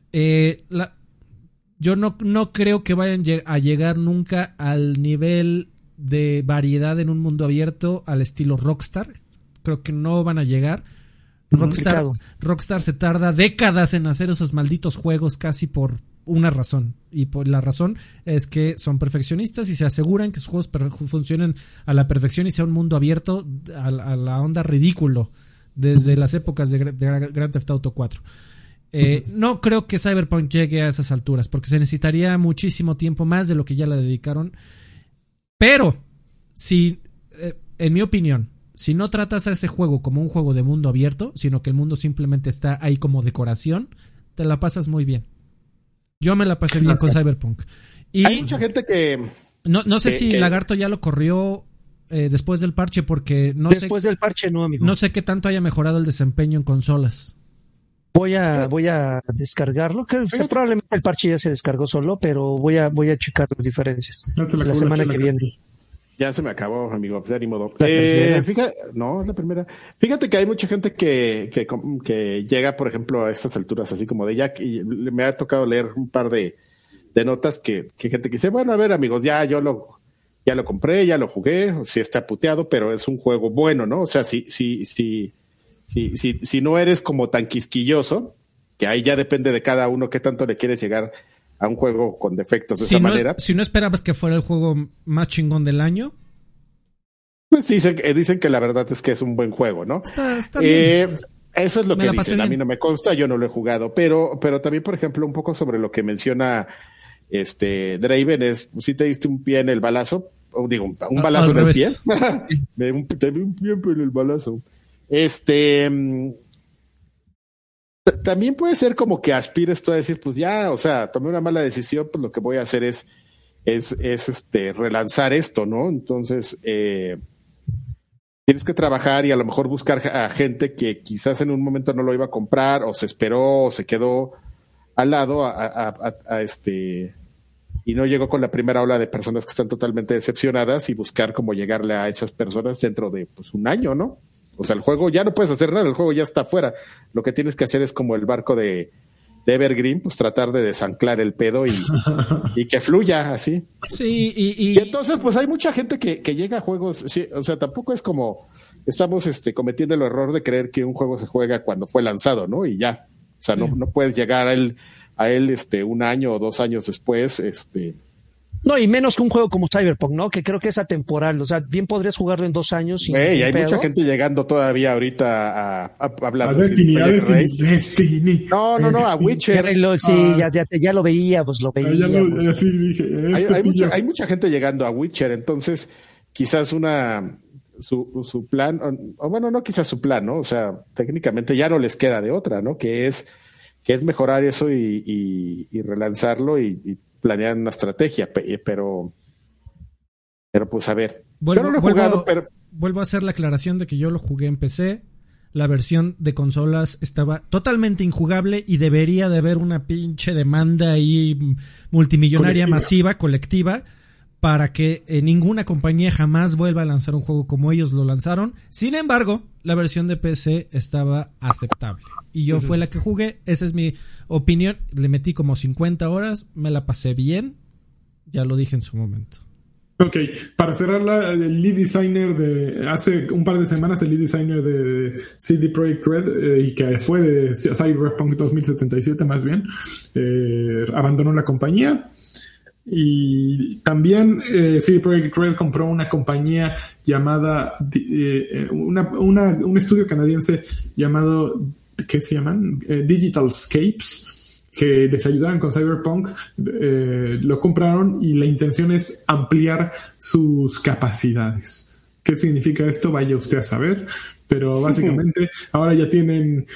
Yo no creo que vayan a llegar nunca al nivel de variedad en un mundo abierto al estilo Rockstar. Creo que no van a llegar. Rockstar se tarda décadas en hacer esos malditos juegos casi por una razón. Y por la razón es que son perfeccionistas y se aseguran que sus juegos funcionen a la perfección y sea un mundo abierto a la onda ridículo desde las épocas de Grand Theft Auto 4. No creo que Cyberpunk llegue a esas alturas porque se necesitaría muchísimo tiempo más de lo que ya le dedicaron. Pero, en mi opinión, si no tratas a ese juego como un juego de mundo abierto, sino que el mundo simplemente está ahí como decoración, te la pasas muy bien. Yo me la pasé bien con Cyberpunk. Y hay mucha gente que... No sé si Lagarto ya lo corrió después del parche, porque después del parche no, amigo. No sé qué tanto haya mejorado el desempeño en consolas. Voy a descargarlo. Probablemente el parche ya se descargó solo, pero voy a checar las diferencias la semana que viene. Ya se me acabó, amigo, pues ni modo. Fíjate, no, es la primera. Fíjate que hay mucha gente que llega, por ejemplo, a estas alturas, así como de Jack, y me ha tocado leer un par de notas que gente que dice, bueno, a ver, amigos, ya yo ya lo compré, ya lo jugué, sí está puteado, pero es un juego bueno, ¿no? O sea, si no eres como tan quisquilloso, que ahí ya depende de cada uno qué tanto le quieres llegar a un juego con defectos de esa manera. Si no esperabas que fuera el juego más chingón del año, pues dicen que la verdad es que es un buen juego, ¿no? Está bien. Eso es lo que dicen. A mí bien. no me consta, yo no lo he jugado, pero también, por ejemplo, un poco sobre lo que menciona Draven es, si te diste un pie en el balazo, o digo, un balazo en el pie. Me di un pie en el balazo. También puede ser como que aspires tú a decir, pues ya, o sea, tomé una mala decisión, pues lo que voy a hacer es relanzar esto, ¿no? Entonces, tienes que trabajar y a lo mejor buscar a gente que quizás en un momento no lo iba a comprar, o se esperó, o se quedó al lado y no llegó con la primera ola de personas que están totalmente decepcionadas, y buscar cómo llegarle a esas personas dentro de pues un año, ¿no? O sea, el juego ya no puedes hacer nada, el juego ya está afuera. Lo que tienes que hacer es como el barco de Evergreen, pues tratar de desanclar el pedo y que fluya así. Sí, y entonces pues hay mucha gente que llega a juegos, sí, o sea, tampoco es como estamos cometiendo el error de creer que un juego se juega cuando fue lanzado, ¿no? Y ya, o sea, no puedes llegar a él un año o 2 años después, No, y menos que un juego como Cyberpunk, ¿no? Que creo que es atemporal. O sea, bien podrías jugarlo en 2 años. Y hay mucha gente llegando todavía ahorita a hablar de Destiny. No, a Witcher. Sí, ya lo veía, pues lo veía. Hay mucha gente llegando a Witcher, entonces quizás su plan, o bueno, no quizás su plan, ¿no? O sea, técnicamente ya no les queda de otra, ¿no? Que es mejorar eso y relanzarlo y planear una estrategia, pero pues a ver. Yo no lo he jugado, pero vuelvo a hacer la aclaración de que yo lo jugué en PC. La versión de consolas estaba totalmente injugable y debería de haber una pinche demanda ahí multimillonaria masiva, colectiva, para que ninguna compañía jamás vuelva a lanzar un juego como ellos lo lanzaron. Sin embargo, la versión de PC estaba aceptable. Y yo fue la que jugué. Esa es mi opinión. Le metí como 50 horas. Me la pasé bien. Ya lo dije en su momento. Ok, para cerrarla, el lead designer hace un par de semanas, el lead designer de CD Projekt Red, y que fue de Cyberpunk 2077 más bien, abandonó la compañía. Y también CD Projekt Red compró una compañía llamada un estudio canadiense llamado, ¿qué se llaman? Digitalscapes, que les ayudaron con Cyberpunk. Lo compraron y la intención es ampliar sus capacidades. ¿Qué significa esto? Vaya usted a saber. Pero básicamente ahora ya tienen,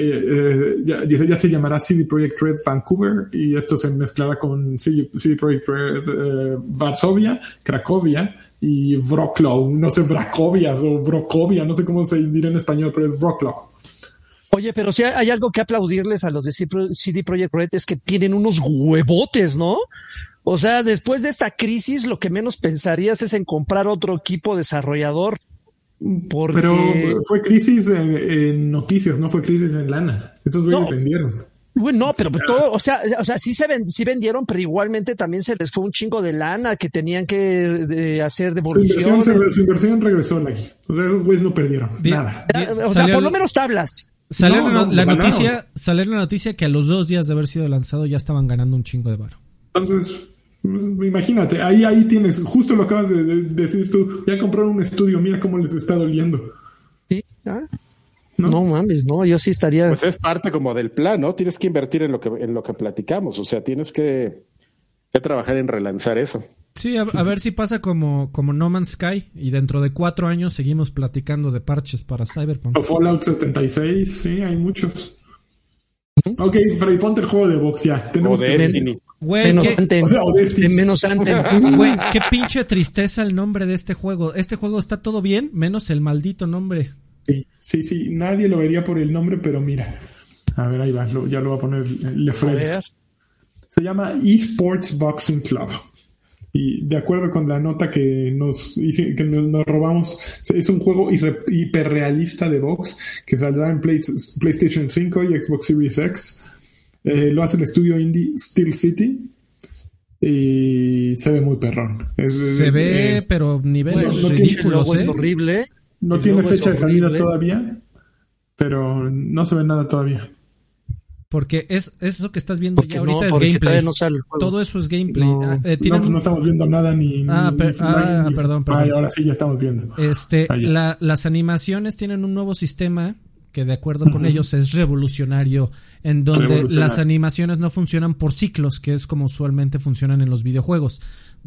ya se llamará CD Projekt Red Vancouver, y esto se mezclará con CD Projekt Red Varsovia, Cracovia y Wrocław. No sé, Wrocławia o Wrocławia, no sé cómo se dirá en español, pero es Wrocław. Oye, pero si hay algo que aplaudirles a los de CD Projekt Red, es que tienen unos huevotes, ¿no? O sea, después de esta crisis, lo que menos pensarías es en comprar otro equipo desarrollador. Pero fue crisis en noticias, no fue crisis en lana. Esos güeyes vendieron. Bueno, no, pero todo, o sea, sí vendieron, pero igualmente también se les fue un chingo de lana que tenían que hacer devoluciones. Su inversión regresó aquí. O sea, esos güeyes no perdieron nada. O sea, por lo menos tablas. Salió la noticia que a los 2 días de haber sido lanzado ya estaban ganando un chingo de varo. Entonces, imagínate, ahí tienes, justo lo acabas de decir tú, ya compraron un estudio, mira cómo les está doliendo. Sí, no mames, no, yo sí estaría. Pues es parte como del plan, ¿no? Tienes que invertir en lo que platicamos, o sea, tienes que trabajar en relanzar eso. Sí, a ver si pasa como No Man's Sky y dentro de 4 años seguimos platicando de parches para Cyberpunk. O Fallout 76, sí, hay muchos. Ok, Freddy, ponte el juego de box ya. Tenemos Güey, menos antes. Güey, qué pinche tristeza el nombre de este juego. Este juego está todo bien, menos el maldito nombre. Sí, nadie lo vería por el nombre, pero mira. A ver, ahí va, ya lo va a poner Lefred. Se llama eSports Boxing Club. Y de acuerdo con la nota que nos robamos, es un juego hiperrealista de box que saldrá en PlayStation 5 y Xbox Series X. Lo hace el estudio indie Steel City. y se ve muy perrón. Se ve, pero niveles ridículos. Es horrible. No tiene fecha de salida todavía, pero no se ve nada todavía. Porque es eso que estás viendo ya ahorita es gameplay. Todo eso es gameplay. No estamos viendo nada ni perdón. Ahora sí ya estamos viendo. Las animaciones tienen un nuevo sistema que de acuerdo con ellos es revolucionario, en donde las animaciones no funcionan por ciclos, que es como usualmente funcionan en los videojuegos.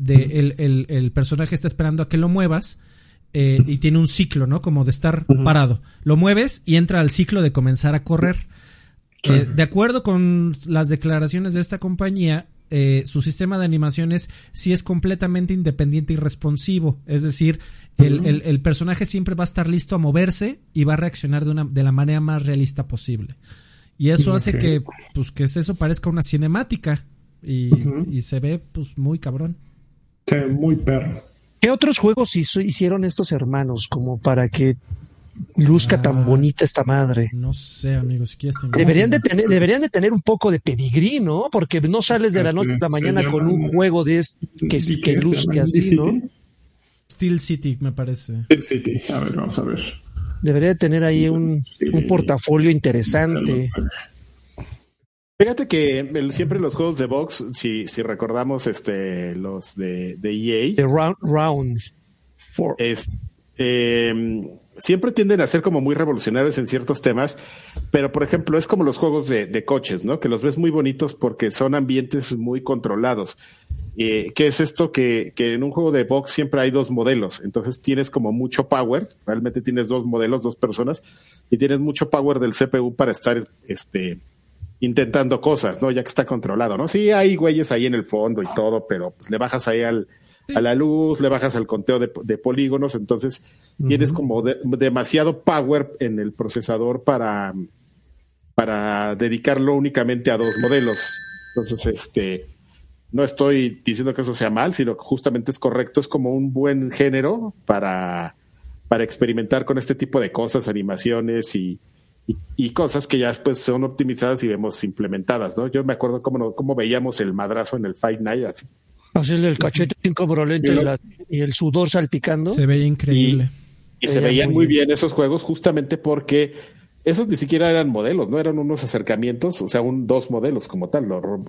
El personaje está esperando a que lo muevas y tiene un ciclo, ¿no? Como de estar parado. Lo mueves y entra al ciclo de comenzar a correr. De acuerdo con las declaraciones de esta compañía, su sistema de animaciones sí es completamente independiente y responsivo. Es decir, el personaje siempre va a estar listo a moverse y va a reaccionar de la manera más realista posible. Y eso hace que eso parezca una cinemática y se ve pues muy cabrón. Se ve muy perro. ¿Qué otros juegos hicieron estos hermanos como para que luzca tan bonita esta madre? No sé, amigos, si quieres deberían de tener un poco de pedigrí, ¿no? Porque no sales de la noche a la mañana con un juego que luzca así, ¿no? Steel City, me parece. Steel City, a ver, vamos a ver. Debería de tener ahí un portafolio interesante. Fíjate que siempre los juegos de box, si recordamos los de EA, The Round 4. Siempre tienden a ser como muy revolucionarios en ciertos temas, pero por ejemplo es como los juegos de coches, ¿no? Que los ves muy bonitos porque son ambientes muy controlados. ¿Qué es esto? Que en un juego de box siempre hay dos modelos, entonces tienes como mucho power, realmente tienes dos modelos, dos personas, y tienes mucho power del CPU para estar intentando cosas, ¿no? Ya que está controlado, ¿no? Sí, hay güeyes ahí en el fondo y todo, pero pues, le bajas ahí a la luz, le bajas al conteo de polígonos, entonces tienes como demasiado power en el procesador para dedicarlo únicamente a dos modelos. Entonces, no estoy diciendo que eso sea mal, sino que justamente es correcto, es como un buen género para experimentar con este tipo de cosas, animaciones y cosas que ya después son optimizadas y vemos implementadas, ¿no? Yo me acuerdo cómo veíamos el madrazo en el Fight Night, así. Hacerle el cachete sin cabrolente y el sudor salpicando. Se veía increíble. Y se veían muy bien esos juegos justamente porque esos ni siquiera eran modelos, ¿no? Eran unos acercamientos, o sea, dos modelos como tal.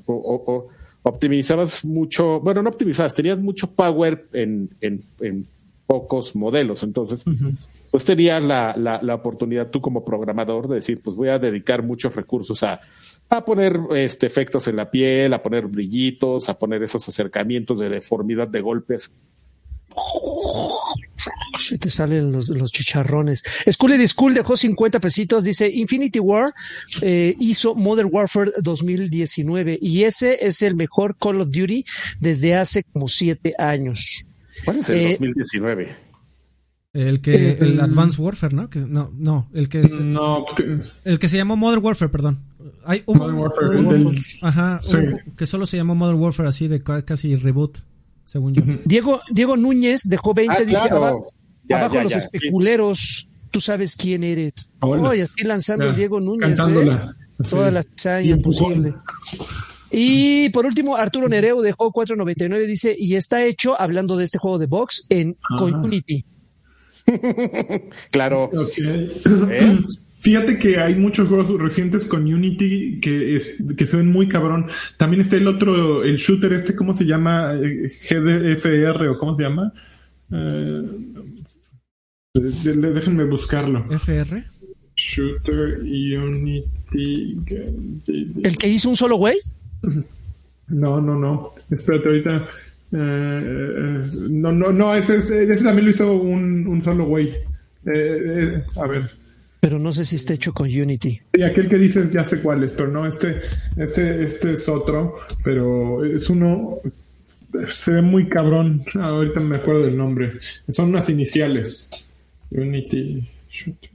Optimizabas mucho, bueno, no optimizabas, tenías mucho power en pocos modelos. Entonces, pues tenías la oportunidad tú como programador de decir, pues voy a dedicar muchos recursos a poner efectos en la piel, a poner brillitos, a poner esos acercamientos de deformidad de golpes. Se te salen los chicharrones. Schooly School dejó 50 pesitos. Dice: Infinity War hizo Modern Warfare 2019 y ese es el mejor Call of Duty desde hace como 7 años. ¿Cuál es el 2019? El Advanced Warfare, ¿no? El que se llamó Modern Warfare, perdón. Hay Modern Warfare, que solo se llamó Modern Warfare, así de casi reboot, según yo. Diego Núñez dejó 20, dice: claro. abajo los especuleros, tú sabes quién eres. Y así lanzando Diego Núñez, toda la cizaña posible. Y por último, Arturo Nereu dejó 4.99, dice: y está hecho, hablando de este juego de box, con Unity. Claro. Okay. Fíjate que hay muchos juegos recientes con Unity que se ven muy cabrón. También está el shooter ¿cómo se llama? GDFR o ¿cómo se llama? Déjenme buscarlo. ¿FR? Shooter Unity. ¿El que hizo un solo güey? No. Espérate, ahorita. No, ese también lo hizo un solo güey. A ver. Pero no sé si está hecho con Unity. Y aquel que dices ya sé cuál es, pero no, este es otro, pero es uno, se ve muy cabrón. Ahorita me acuerdo del nombre. Son unas iniciales. Unity Shooter.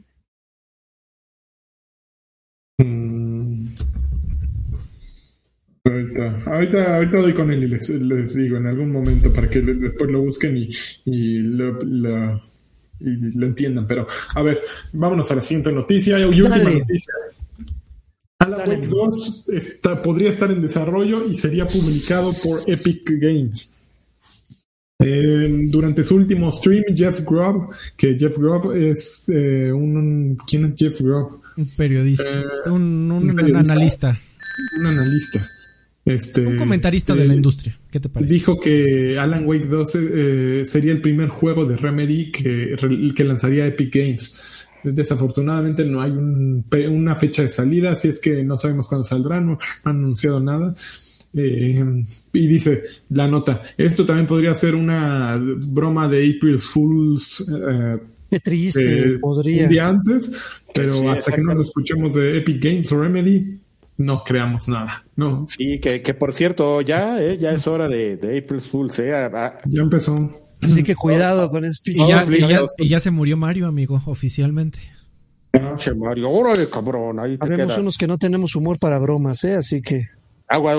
Ahorita doy con él y les digo en algún momento para que después lo busquen y lo entiendan. Pero a ver, vámonos a la siguiente noticia. Y última noticia. Alan Wake 2 podría estar en desarrollo y sería publicado por Epic Games. Durante su último stream, Jeff Grubb es ¿quién es Jeff Grubb? Un periodista, un periodista, analista. Un analista. Un comentarista de la industria. ¿Qué te parece? Dijo que Alan Wake 2 sería el primer juego de Remedy que lanzaría Epic Games. Desafortunadamente no hay una fecha de salida, así es que no sabemos cuándo saldrá, no han anunciado nada. Y dice la nota, esto también podría ser una broma de April Fools. Qué triste, podría. Un día antes, pero sí, hasta que no lo escuchemos de Epic Games o Remedy, no creamos nada. No. Sí, que por cierto, ya es hora de April Fools. Ya empezó. Así que cuidado con ese y ya se murió Mario, amigo, oficialmente. Mario, órale, cabrón. Ahí te Habemos quedas. unos que no tenemos humor para bromas, así que. Agua,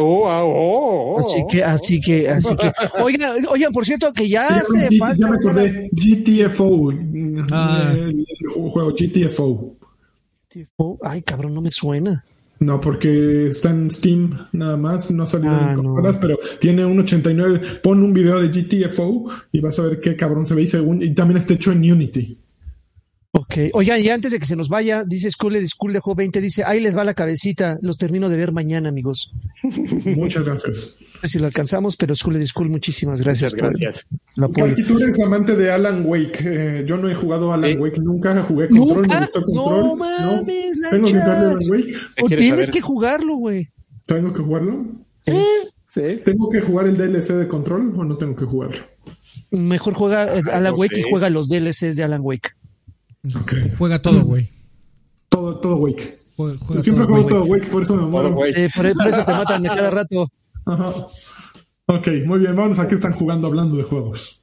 Así que. Oigan, por cierto, que ya hace falta. Ya me acordé. GTFO. El juego GTFO. Ay, cabrón, no me suena. No, porque está en Steam nada más, no salió en consolas, pero tiene un 89. Pon un video de GTFO y vas a ver qué cabrón se ve y también está hecho en Unity. Ok, oigan, y antes de que se nos vaya, dice School dejó 20, dice, ahí les va la cabecita, los termino de ver mañana, amigos. Muchas gracias. No sé si lo alcanzamos, pero School, muchísimas gracias. Muchas gracias. Karki, tú eres amante de Alan Wake. Yo no he jugado Alan Wake, nunca jugué Control, me gustó Control. No mames, no. Tengo que jugarlo Alan Wake. O tienes que jugarlo, güey. ¿Tengo que jugarlo? Sí. ¿Tengo que jugar el DLC de Control o no tengo que jugarlo? Mejor juega Alan Wake y juega los DLCs de Alan Wake. Okay. Juega todo, güey. Todo Wake. Juega siempre todo, juego todo Wake, por eso me muero. Por eso te matan de cada rato. Ajá. Ok, muy bien, vamos a qué están jugando hablando de juegos.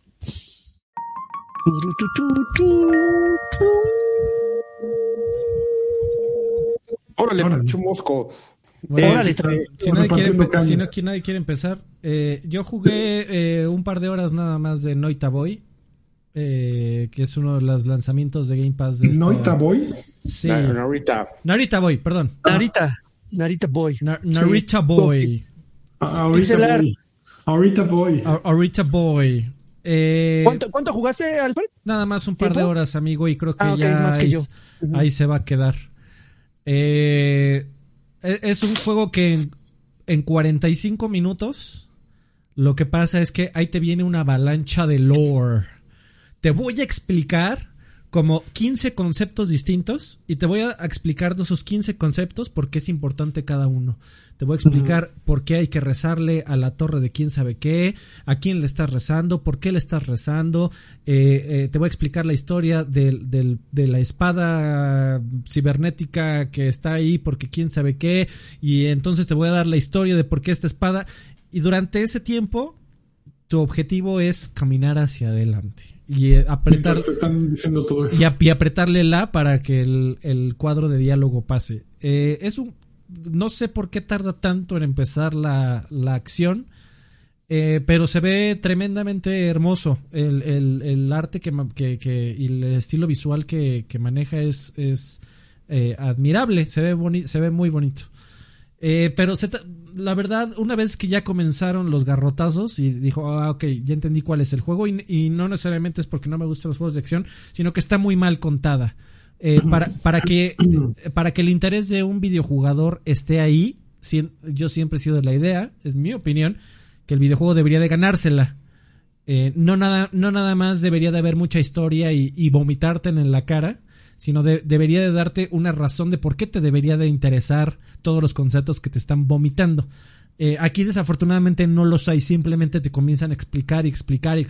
Órale, chumosco. Bueno, si nadie quiere empezar, yo jugué un par de horas nada más de Noita Boy. Que es uno de los lanzamientos de Game Pass de ¿Noita Boy? Sí. Narita Boy, perdón. Narita Boy. Narita Boy. Ahorita Boy. ¿Cuánto jugaste, Alfred? Nada más un par de horas, amigo, y creo que más que yo. Ahí se va a quedar. Es un juego que en 45 minutos lo que pasa es que ahí te viene una avalancha de lore. Te voy a explicar como 15 conceptos distintos y te voy a explicar de esos 15 conceptos por qué es importante cada uno. Te voy a explicar por qué hay que rezarle a la torre de quién sabe qué, a quién le estás rezando, por qué le estás rezando. Te voy a explicar la historia de la espada cibernética que está ahí porque quién sabe qué, y entonces te voy a dar la historia de por qué esta espada. Y durante ese tiempo tu objetivo es caminar hacia adelante y apretar y apretarle la para que el cuadro de diálogo pase. No sé por qué tarda tanto en empezar la acción, pero se ve tremendamente hermoso. El arte y el estilo visual que maneja es admirable, se ve muy bonito. Pero la verdad, una vez que ya comenzaron los garrotazos y dijo, ok, ya entendí cuál es el juego, y no necesariamente es porque no me gustan los juegos de acción, sino que está muy mal contada. Para que el interés de un videojugador esté ahí, yo siempre he sido de la idea, es mi opinión, que el videojuego debería de ganársela. No nada más debería de haber mucha historia y vomitarte en la cara, sino debería de darte una razón de por qué te debería de interesar todos los conceptos que te están vomitando. Aquí desafortunadamente no los hay, simplemente te comienzan a explicar, y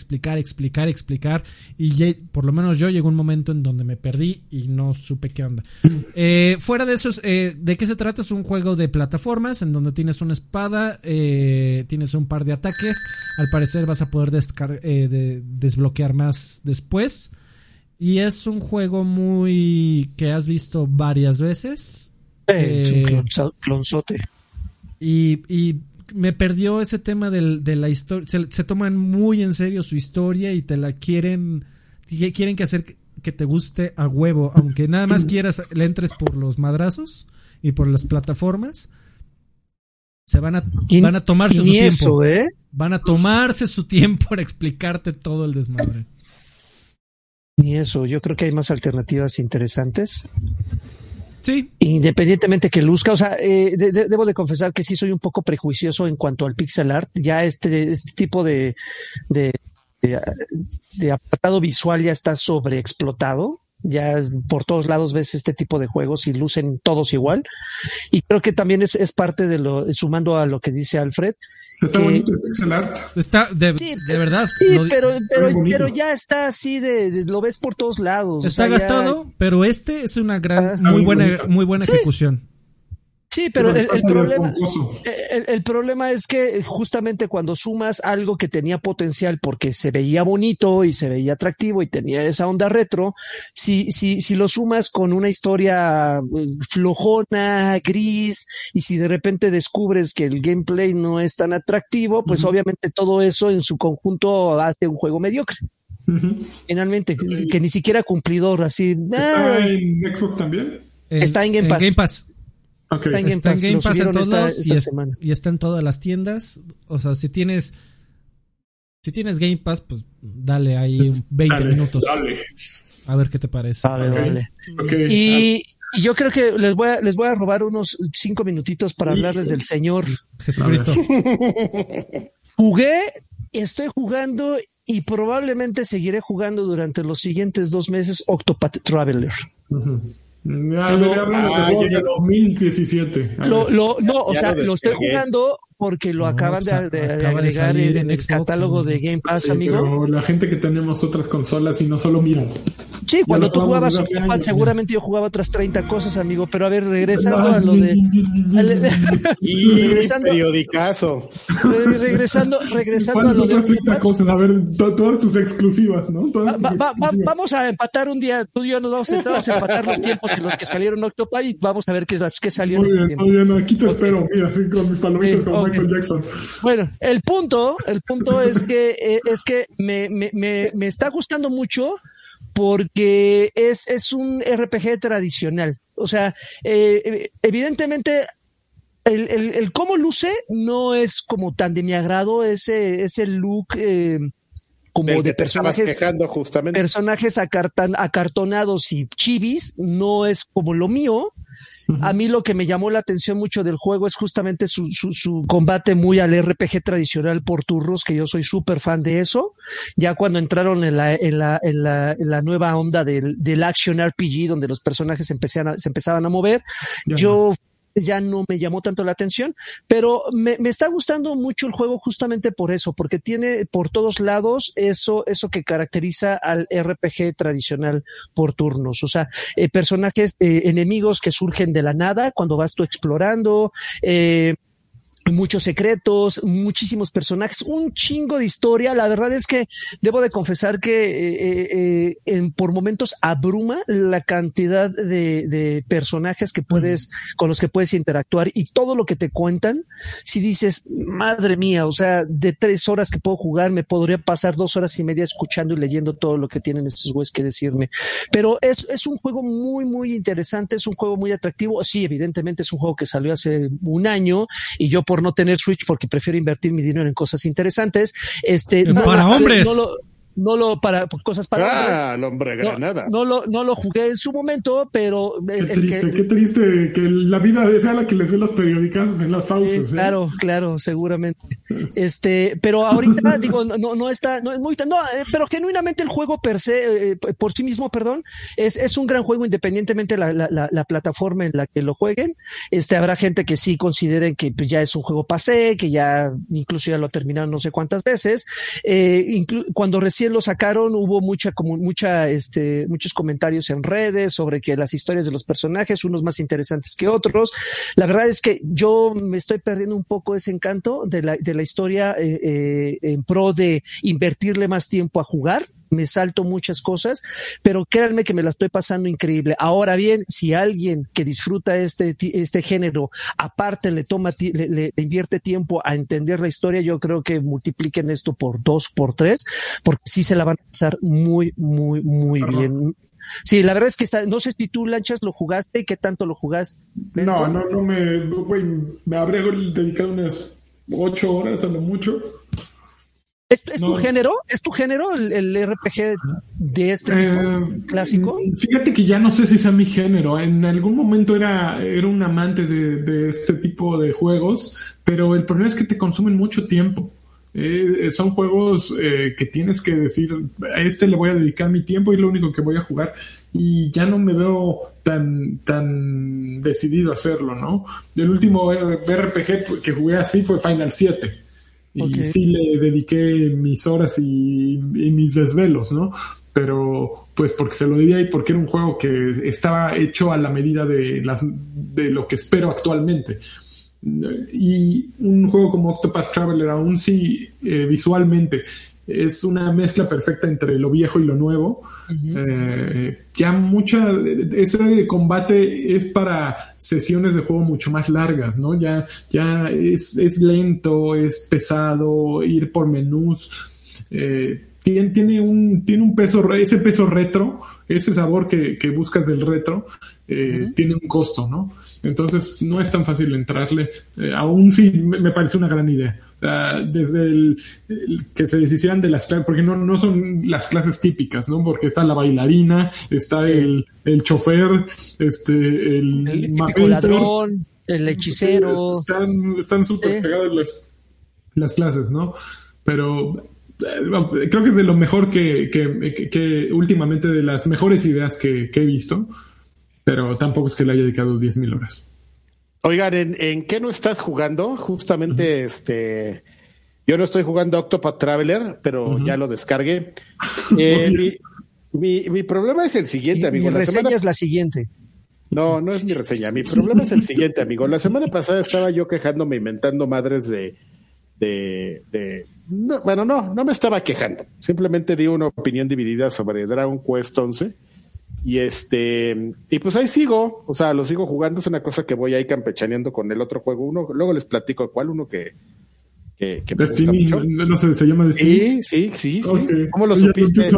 por lo menos yo llegó un momento en donde me perdí y no supe qué onda. Fuera de eso, ¿de qué se trata? Es un juego de plataformas en donde tienes una espada, tienes un par de ataques, al parecer vas a poder desbloquear más después. Y es un juego que has visto varias veces. Es un clonzote. Y me perdió ese tema de la historia. Se toman muy en serio su historia y te la quieren que hacer que te guste a huevo. Aunque nada más le entres por los madrazos. y por las plataformas, van a tomarse su tiempo. Eso, Van a tomarse su tiempo para explicarte todo el desmadre. Ni eso, yo creo que hay más alternativas interesantes. Sí. Independientemente que luzca, o sea, debo de confesar que sí soy un poco prejuicioso en cuanto al pixel art. Ya este tipo de apartado visual ya está sobreexplotado. Ya por todos lados ves este tipo de juegos y lucen todos igual. Y creo que también es parte de sumando a lo que dice Alfred. Está bonito el pixel art. Está de verdad. Sí, pero ya está así lo ves por todos lados. Está gastado, pero es una muy buena ejecución. Sí, pero el problema es que justamente cuando sumas algo que tenía potencial porque se veía bonito y se veía atractivo y tenía esa onda retro, si lo sumas con una historia flojona, gris, y si de repente descubres que el gameplay no es tan atractivo, pues obviamente todo eso en su conjunto hace un juego mediocre. Finalmente, que ni siquiera cumplidor, así. ¿Está en Xbox también? Está en Game Pass. Game Pass. Okay. Está en Game Pass en todos lados semana. Y está en todas las tiendas. O sea, si tienes Game Pass, pues dale ahí 20 minutos. Dale. A ver qué te parece. Vale. Okay. Y yo creo que les voy a robar unos 5 minutitos para hablarles del Señor Jesucristo. Estoy jugando y probablemente seguiré jugando durante los siguientes 2 meses Octopath Traveler. Hablamos de 2017. Lo estoy jugando porque lo acaban de agregar en el catálogo de Game Pass, amigo. Pero la gente que tenemos otras consolas y no solo miran. Sí, cuando tú jugabas Octopath, seguramente yo jugaba otras 30 cosas, amigo. Pero a ver, regresando a lo de... periodicazo. Regresando a lo de... 30 cosas, a ver, todas tus exclusivas, ¿no? Vamos a empatar un día, tú y yo nos vamos a empatar los tiempos en los que salieron Octopath y vamos a ver qué salió en este tiempo. Muy bien, aquí te espero, mira, así con mis palomitas como Michael Jackson. Bueno, el punto es que me está gustando mucho porque es un RPG tradicional. O sea, evidentemente el cómo luce no es como tan de mi agrado, ese look como de personajes acartonados y chivis, no es como lo mío. A mí lo que me llamó la atención mucho del juego es justamente su combate muy al RPG tradicional por turnos, que yo soy súper fan de eso. Ya cuando entraron en la nueva onda del Action RPG, donde los personajes se empezaban a mover, ya no me llamó tanto la atención, pero me está gustando mucho el juego justamente por eso, porque tiene por todos lados eso que caracteriza al RPG tradicional por turnos. O sea, personajes, enemigos que surgen de la nada cuando vas tú explorando, muchos secretos, muchísimos personajes, un chingo de historia. La verdad es que debo de confesar que por momentos abruma la cantidad de personajes que con los que puedes interactuar y todo lo que te cuentan. Si dices, madre mía, o sea, de 3 horas que puedo jugar, me podría pasar 2 horas y media escuchando y leyendo todo lo que tienen estos güeyes que decirme. Pero es un juego muy, muy interesante, es un juego muy atractivo. Sí, evidentemente es un juego que salió hace un año y yo por no tener Switch porque prefiero invertir mi dinero en cosas interesantes. Para hombres. Para cosas para hombres. El hombre granada. No lo jugué en su momento, pero qué triste que la vida sea la que les dé las periódicas en las fauces. Claro, seguramente. Pero ahorita digo, no está, no es muy, pero genuinamente el juego per se, por sí mismo, perdón, es un gran juego independientemente la plataforma en la que lo jueguen. Habrá gente que sí consideren que pues, ya es un juego pasé, que incluso ya lo terminaron no sé cuántas veces. Cuando recién lo sacaron hubo muchos comentarios en redes sobre que las historias de los personajes, unos más interesantes que otros. La verdad es que yo me estoy perdiendo un poco ese encanto de la historia en pro de invertirle más tiempo a jugar. Me salto muchas cosas, pero créanme que me la estoy pasando increíble. Ahora bien, si alguien que disfruta este género, aparte le invierte tiempo a entender la historia, yo creo que multipliquen esto por 2, por 3, porque sí se la van a pasar muy, muy, muy bien. Sí, la verdad es que no sé si tú, Lanchas, lo jugaste y qué tanto lo jugaste. No me habré dedicado unas 8 horas a lo mucho. ¿Es tu género? ¿Es tu género el RPG de este tipo clásico? Fíjate que ya no sé si sea mi género. En algún momento era un amante de este tipo de juegos, pero el problema es que te consumen mucho tiempo. Son juegos que tienes que decir, a este le voy a dedicar mi tiempo y es lo único que voy a jugar, y ya no me veo tan decidido a hacerlo, ¿no? El último RPG que jugué así fue Final 7 y sí le dediqué mis horas y mis desvelos, ¿no? Pero pues porque se lo debía y porque era un juego que estaba hecho a la medida de lo que espero actualmente. Y un juego como Octopath Traveler, aún sí visualmente es una mezcla perfecta entre lo viejo y lo nuevo. Ya ese combate es para sesiones de juego mucho más largas, ¿no? Ya es lento, es pesado, ir por menús. Tiene un peso, ese peso retro, ese sabor que buscas del retro, tiene un costo, ¿no? Entonces no es tan fácil entrarle. Aún sí me parece una gran idea. Desde el que se deshicieran de las clases, porque no son las clases típicas, ¿no? Porque está la bailarina, está el chofer, el típico ladrón, el hechicero. Están súper pegadas las clases, ¿no? Pero creo que es de lo mejor que últimamente, de las mejores ideas que he visto, pero tampoco es que le haya dedicado 10,000 horas. Oigan, ¿en qué no estás jugando? Justamente, yo no estoy jugando Octopath Traveler, pero ya lo descargué. Mi problema es el siguiente, amigo. Mi reseña es la siguiente. No es mi reseña. Mi problema es el siguiente, amigo. La semana pasada estaba yo quejándome, inventando madres no me estaba quejando. Simplemente di una opinión dividida sobre Dragon Quest 11. Y pues ahí sigo, o sea, lo sigo jugando. Es una cosa que voy ahí campechaneando con el otro juego. Luego les platico cuál, uno que me Destiny, gusta mucho. No sé, ¿se llama Destiny? Sí. Okay. ¿Cómo lo supiste?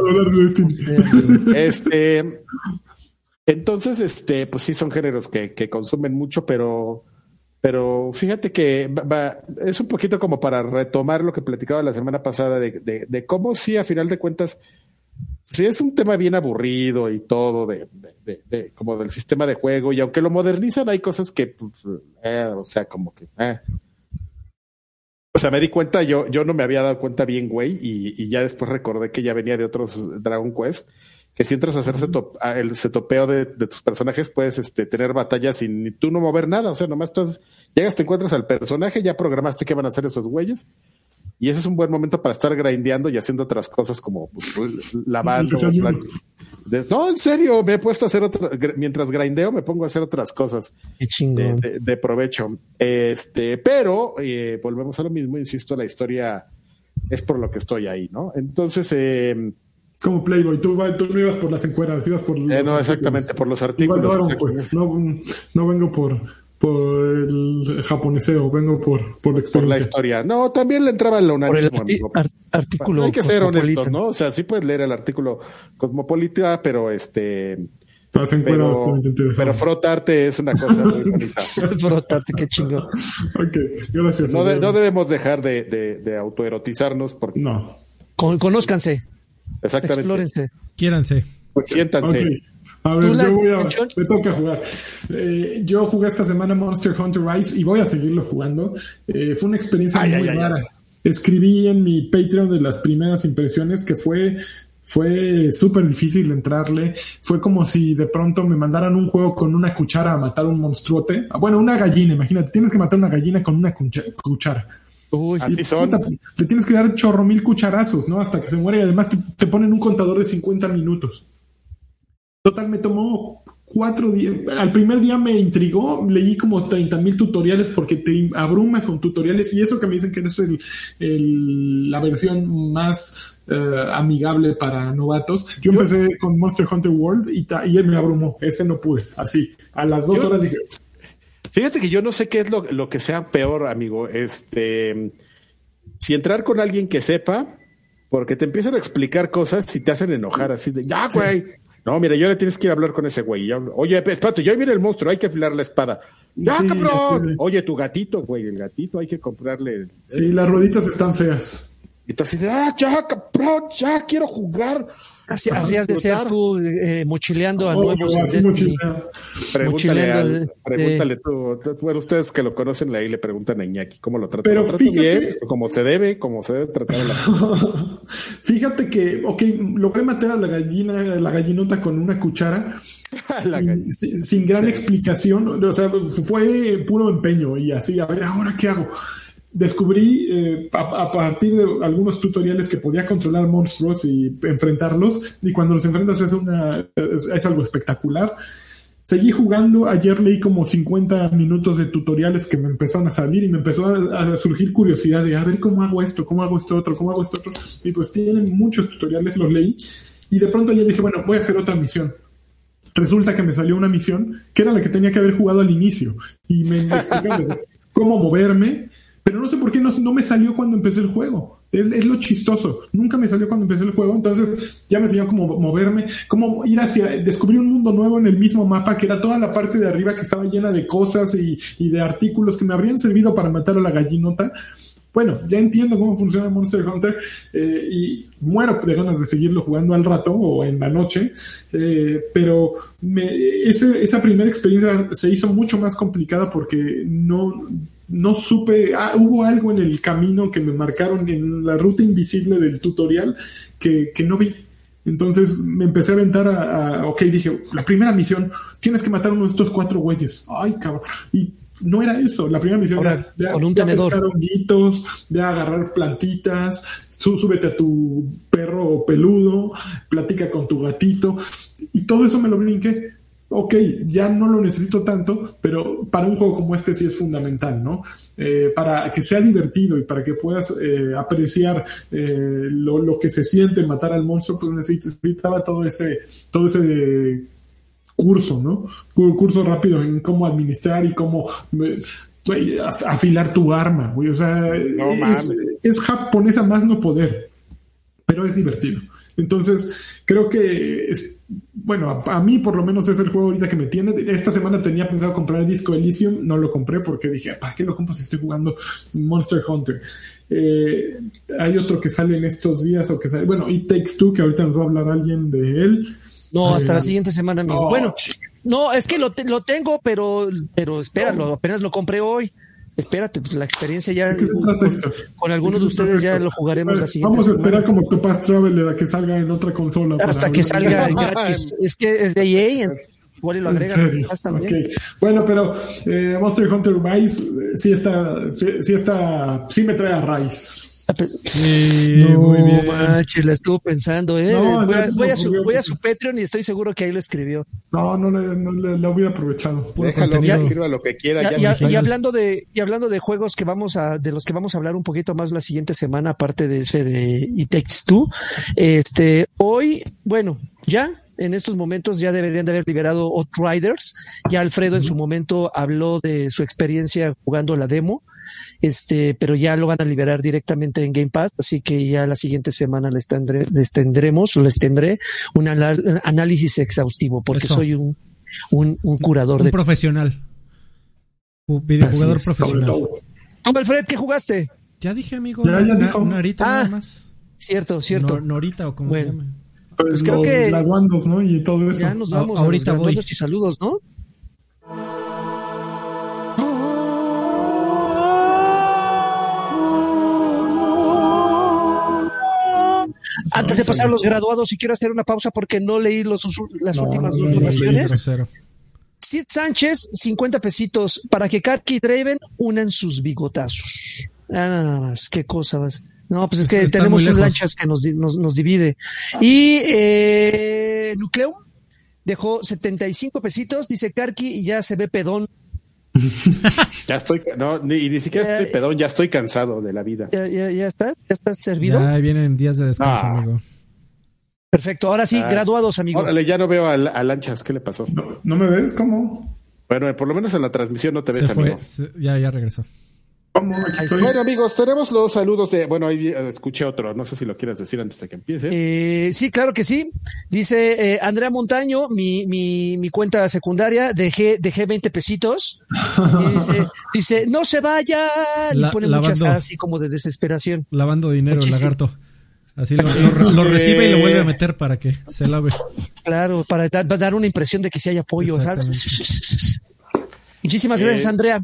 De Entonces, pues sí son géneros que consumen mucho, pero fíjate que es un poquito como para retomar lo que platicaba la semana pasada de cómo sí, a final de cuentas, sí es un tema bien aburrido y todo de como del sistema de juego, y aunque lo modernizan, hay cosas que, pues, o sea, como que... O sea, me di cuenta, yo no me había dado cuenta bien, güey, y ya después recordé que ya venía de otros Dragon Quest, que si entras a hacer el setopeo de tus personajes, puedes tener batallas sin ni tú no mover nada. O sea, nomás llegas, te encuentras al personaje, ya programaste qué van a hacer esos güeyes, y ese es un buen momento para estar grindeando y haciendo otras cosas como lavando. No, en serio, me he puesto a hacer mientras grindeo, me pongo a hacer otras cosas. Qué chingón. De provecho. Pero volvemos a lo mismo, insisto, la historia es por lo que estoy ahí, ¿no? Entonces, como Playboy, tú no ibas por las encueradas, ibas por los no, exactamente, por los artículos. Pues, no vengo por el japoneseo, vengo por la experiencia. Por la historia. No, también le entraba el onanismo, amigo. Artículo. Hay que ser honestos, ¿no? O sea, sí puedes leer el artículo Cosmopolita, pero pero frotarte es una cosa muy bonita. Frotarte, qué chingón. Ok, gracias. No debemos dejar de autoerotizarnos porque... No. Conózcanse. Exactamente. Explórense. Quiéranse. Siéntanse. Okay. A ver, me toca jugar. Yo jugué esta semana Monster Hunter Rise y voy a seguirlo jugando. Fue una experiencia muy rara. Escribí en mi Patreon de las primeras impresiones que fue súper difícil entrarle. Fue como si de pronto me mandaran un juego con una cuchara a matar un monstruote. Bueno, una gallina, imagínate, tienes que matar una gallina con una cuchara. Uy, así son. Le tienes que dar 1,000 cucharazos, ¿no? Hasta que se muere, y además te ponen un contador de 50 minutos. Total, me tomó 4 días. Al primer día me intrigó, leí como 30,000 tutoriales porque te abruma con tutoriales, y eso que me dicen que es la versión más amigable para novatos. Yo empecé con Monster Hunter World y él me abrumó, ese no pude, así, a las 2 horas dije... Fíjate que yo no sé qué es lo que sea peor, amigo. Si entrar con alguien que sepa, porque te empiezan a explicar cosas y te hacen enojar así de, ya, güey. No, mira, yo le tienes que ir a hablar con ese güey. Oye, espérate, ya viene el monstruo, hay que afilar la espada. ¡No, Sí, cabrón! sí. Oye, tu gatito, güey, el gatito hay que comprarle. Sí, las rueditas están feas. Y tú así de, ya, cabrón, ya quiero jugar. Así has de ser tú mochileando a nuevos en así Destiny. Pregúntale tú, bueno, ustedes que lo conocen ahí le preguntan a Iñaki cómo lo trata. Pero ¿Lo trata fíjate, bien? Como se debe tratar a la fíjate que, logré matar a la gallinota con una cuchara sin gran explicación, o sea, fue puro empeño y así, a ver, ¿ahora qué hago? Descubrí a partir de algunos tutoriales que podía controlar monstruos y enfrentarlos, y cuando los enfrentas es algo espectacular. Seguí jugando, ayer leí como 50 minutos de tutoriales que me empezaron a salir y me empezó a surgir curiosidad de a ver cómo hago esto otro, y pues tienen muchos tutoriales, los leí, y de pronto yo dije, bueno, voy a hacer otra misión. Resulta que me salió una misión que era la que tenía que haber jugado al inicio, y me explicaron cómo moverme, pero no sé por qué no me salió cuando empecé el juego. Es lo chistoso. Nunca me salió cuando empecé el juego. Entonces ya me enseñó cómo moverme, cómo ir descubrir un mundo nuevo en el mismo mapa, que era toda la parte de arriba que estaba llena de cosas y de artículos que me habrían servido para matar a la gallinota. Bueno, ya entiendo cómo funciona Monster Hunter y muero de ganas de seguirlo jugando al rato o en la noche, pero esa primera experiencia se hizo mucho más complicada porque no supe, hubo algo en el camino que me marcaron en la ruta invisible del tutorial que no vi. Entonces me empecé a aventar dije, la primera misión, tienes que matar a uno de estos 4 güeyes. Ay, cabrón. Y no era eso. La primera misión era con un tenedor, pescar honguitos, de agarrar plantitas, súbete a tu perro peludo, platica con tu gatito. Y todo eso me lo brinqué. Ok, ya no lo necesito tanto, pero para un juego como este sí es fundamental, ¿no? Para que sea divertido y para que puedas apreciar lo que se siente matar al monstruo, pues necesitaba todo ese curso, ¿no? Curso rápido en cómo administrar y cómo afilar tu arma, güey. O sea, es japonesa más no poder, pero es divertido. Entonces, creo que a mí por lo menos es el juego ahorita que me tiene. Esta semana tenía pensado comprar el Disco Elysium, no lo compré porque dije, ¿para qué lo compro si estoy jugando Monster Hunter? Hay otro que sale en estos días It Takes Two, que ahorita nos va a hablar alguien de él. No, hasta la siguiente semana, amigo. Bueno, no, es que lo tengo, pero espéralo, apenas lo compré hoy. Espérate, pues la experiencia ya con algunos de ustedes ya lo jugaremos la siguiente semana. Vamos a esperar como Topaz Traveler a que salga en otra consola. Hasta que salga gratis. Es que es de EA, igual y lo agregan también. Okay. Bueno, pero Monster Hunter Rise sí me trae a Rise. Muy bien. Manches, la estuvo pensando, voy a su Patreon y estoy seguro que ahí lo escribió. No lo hubiera aprovechado. Déjalo que escriba lo que quiera. Y hablando de juegos de los que vamos a hablar un poquito más la siguiente semana, aparte de ese de It Takes Two, hoy, ya en estos momentos ya deberían de haber liberado Outriders. Ya Alfredo en su momento habló de su experiencia jugando la demo. Pero ya lo van a liberar directamente en Game Pass, así que ya la siguiente semana les tendré un análisis exhaustivo, porque soy un curador un profesional, videojugador profesional. ¿Tú, Alfred, qué jugaste? Ya dije, amigo, ya dijo. Narita nada más. Cierto. Norita o como se llama. Pues creo que graduandos, ¿no? Y todo eso. Ya nos vamos ahorita a los graduandos y saludos, ¿no? Antes de pasar a los graduados, y quiero hacer una pausa porque no leí las últimas dos donaciones. Sid Sánchez, 50 pesitos para que Karki y Draven unan sus bigotazos. Nada más, qué cosa más. No, pues es que tenemos un lanchas que nos divide. Y Nucleum dejó 75 pesitos, dice Karki, y ya se ve pedón. Ya estoy, ni siquiera estoy pedón, ya estoy cansado de la vida. ¿Ya estás servido? Ya vienen días de descanso, amigo. Perfecto, ahora sí, graduados, amigo. Órale, ya no veo a Lanchas, ¿qué le pasó? ¿No me ves? ¿Cómo? Bueno, por lo menos en la transmisión no te ves, amigo. Ya regresó. ¿Cómo? Aquí estoy. Bueno, amigos, tenemos los saludos de... Bueno, ahí escuché otro, no sé si lo quieras decir antes de que empiece. Sí, claro que sí. Dice Andrea Montaño, mi cuenta secundaria, dejé 20 pesitos. Y dice, no se vaya. Y pone muchas así como de desesperación. Lavando dinero, el lagarto. Así lo recibe y lo vuelve a meter para que se lave. Claro, para dar una impresión de que sí hay apoyo, ¿sabes? Muchísimas gracias, Andrea.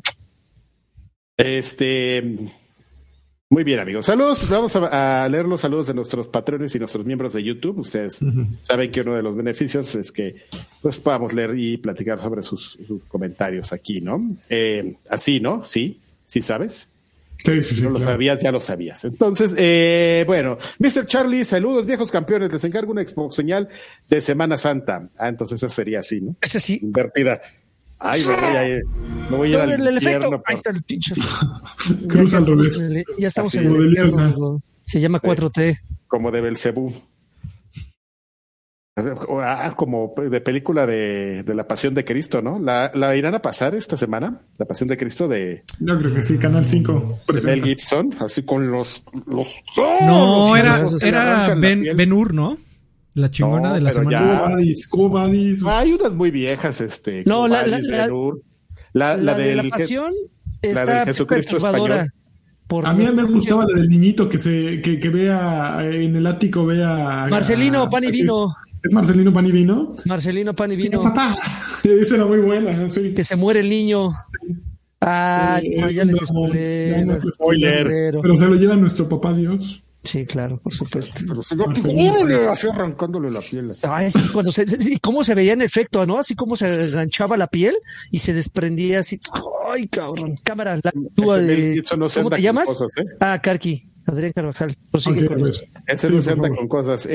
Muy bien, amigos. Saludos. Vamos a leer los saludos de nuestros patrones y nuestros miembros de YouTube. Ustedes saben que uno de los beneficios es que pues podamos leer y platicar sobre sus comentarios aquí, ¿no? Así, ¿no? Sí sabes. Sí, si no lo sabías, ya lo sabías. Entonces, bueno, Mr. Charlie, saludos, viejos campeones. Les encargo una Xbox señal de Semana Santa. Entonces esa sería así, ¿no? Esa sí. Invertida. Ay, me voy a ir al el efecto. Por... Ahí está el pinche. Cruz al revés. Ya estamos así, en el infierno. Se llama 4T. Como de Belcebú. Como de película de la Pasión de Cristo, ¿no? ¿La irán a pasar esta semana? La Pasión de Cristo de... Yo creo que sí, Canal 5. De Mel Gibson, así con los no, era Ben Hur, ¿no? La chingona de la semana. Cobadis. Hay unas muy viejas, No, la de la Pasión está la de Jesucristo español. A mí me gustaba la del niñito que vea en el ático, vea... Marcelino, pan y vino. ¿Es Marcelino Pan y Vino? Marcelino Pan y Vino. Papá. Esa era muy buena, sí. Que se muere el niño. No, ya les spoiler. Pero se lo lleva nuestro papá Dios. Sí, claro, por supuesto. Así arrancándole la piel. Ay, sí, y cómo se veía en efecto, ¿no? Así como se enganchaba la piel y se desprendía así. Ay, cabrón. Cámara. ¿Cómo te llamas? Cosas, Karki. Adrián Carvajal. Ese no se anda con cosas.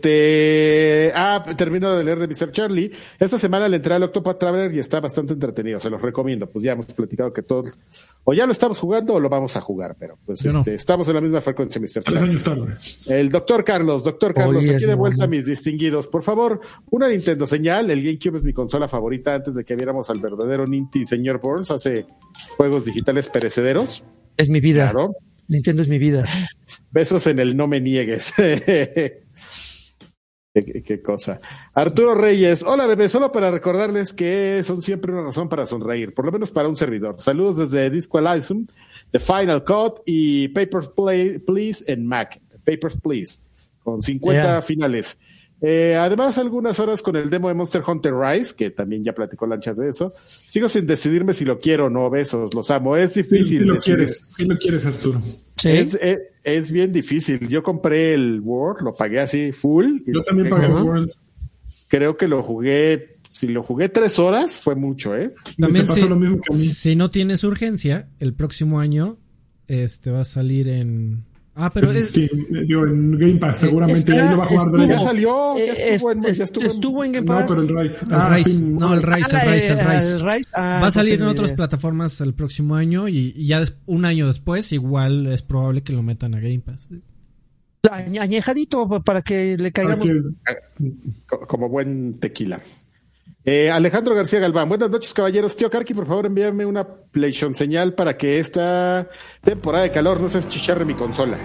Termino de leer de Mr. Charlie. Esta semana le entré al Octopath Traveler y está bastante entretenido. Se los recomiendo. Pues ya hemos platicado que todos, o ya lo estamos jugando o lo vamos a jugar, pero pues estamos en la misma frecuencia, Mr. Charlie. El Doctor Carlos, aquí de vuelta, mis distinguidos. Por favor, una Nintendo señal. El GameCube es mi consola favorita antes de que viéramos al verdadero Ninty Señor Burns. Hace juegos digitales perecederos. Es mi vida. Claro. Nintendo es mi vida. Besos en el no me niegues. ¿Qué cosa? Arturo Reyes, hola bebé, solo para recordarles que son siempre una razón para sonreír, por lo menos para un servidor. Saludos desde Disco Elysium, The Final Cut y Papers, Please en Mac. Papers, Please, con 50 finales. Además, algunas horas con el demo de Monster Hunter Rise, que también ya platicó Lanchas de eso. Sigo sin decidirme si lo quiero o no, besos, los amo. Es difícil. Sí lo quieres, Arturo. ¿Sí? Es bien difícil. Yo compré el World, lo pagué así full. Yo también pagué el World. Creo que lo jugué, si lo jugué 3 horas, fue mucho, ¿eh? También te pasó lo mismo que a mí. Si no tienes urgencia, el próximo año va a salir en... pero en Game Pass, seguramente ahí lo va a jugar Brian. Ya salió, estuvo en Game Pass. No, pero el Rise. El Rise. Va a salir en otras plataformas el próximo año y ya un año después igual es probable que lo metan a Game Pass. Añejadito para que le caigamos. Como buen tequila. Alejandro García Galván, buenas noches caballeros. Tío Karki, por favor envíame una PlayStation señal para que esta temporada de calor no se chicharre mi consola.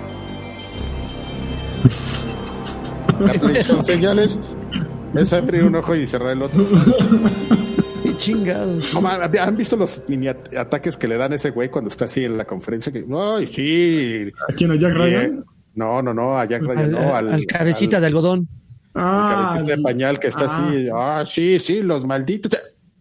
La PlayStation señal es abrir un ojo y cerrar el otro. Qué chingados. ¿Han visto los mini ataques que le dan a ese güey cuando está así en la conferencia? Ay, sí. ¿A quién? ¿A Jack Ryan? No, a Jack Ryan, al cabecita de algodón. De pañal que está así. Sí, los malditos.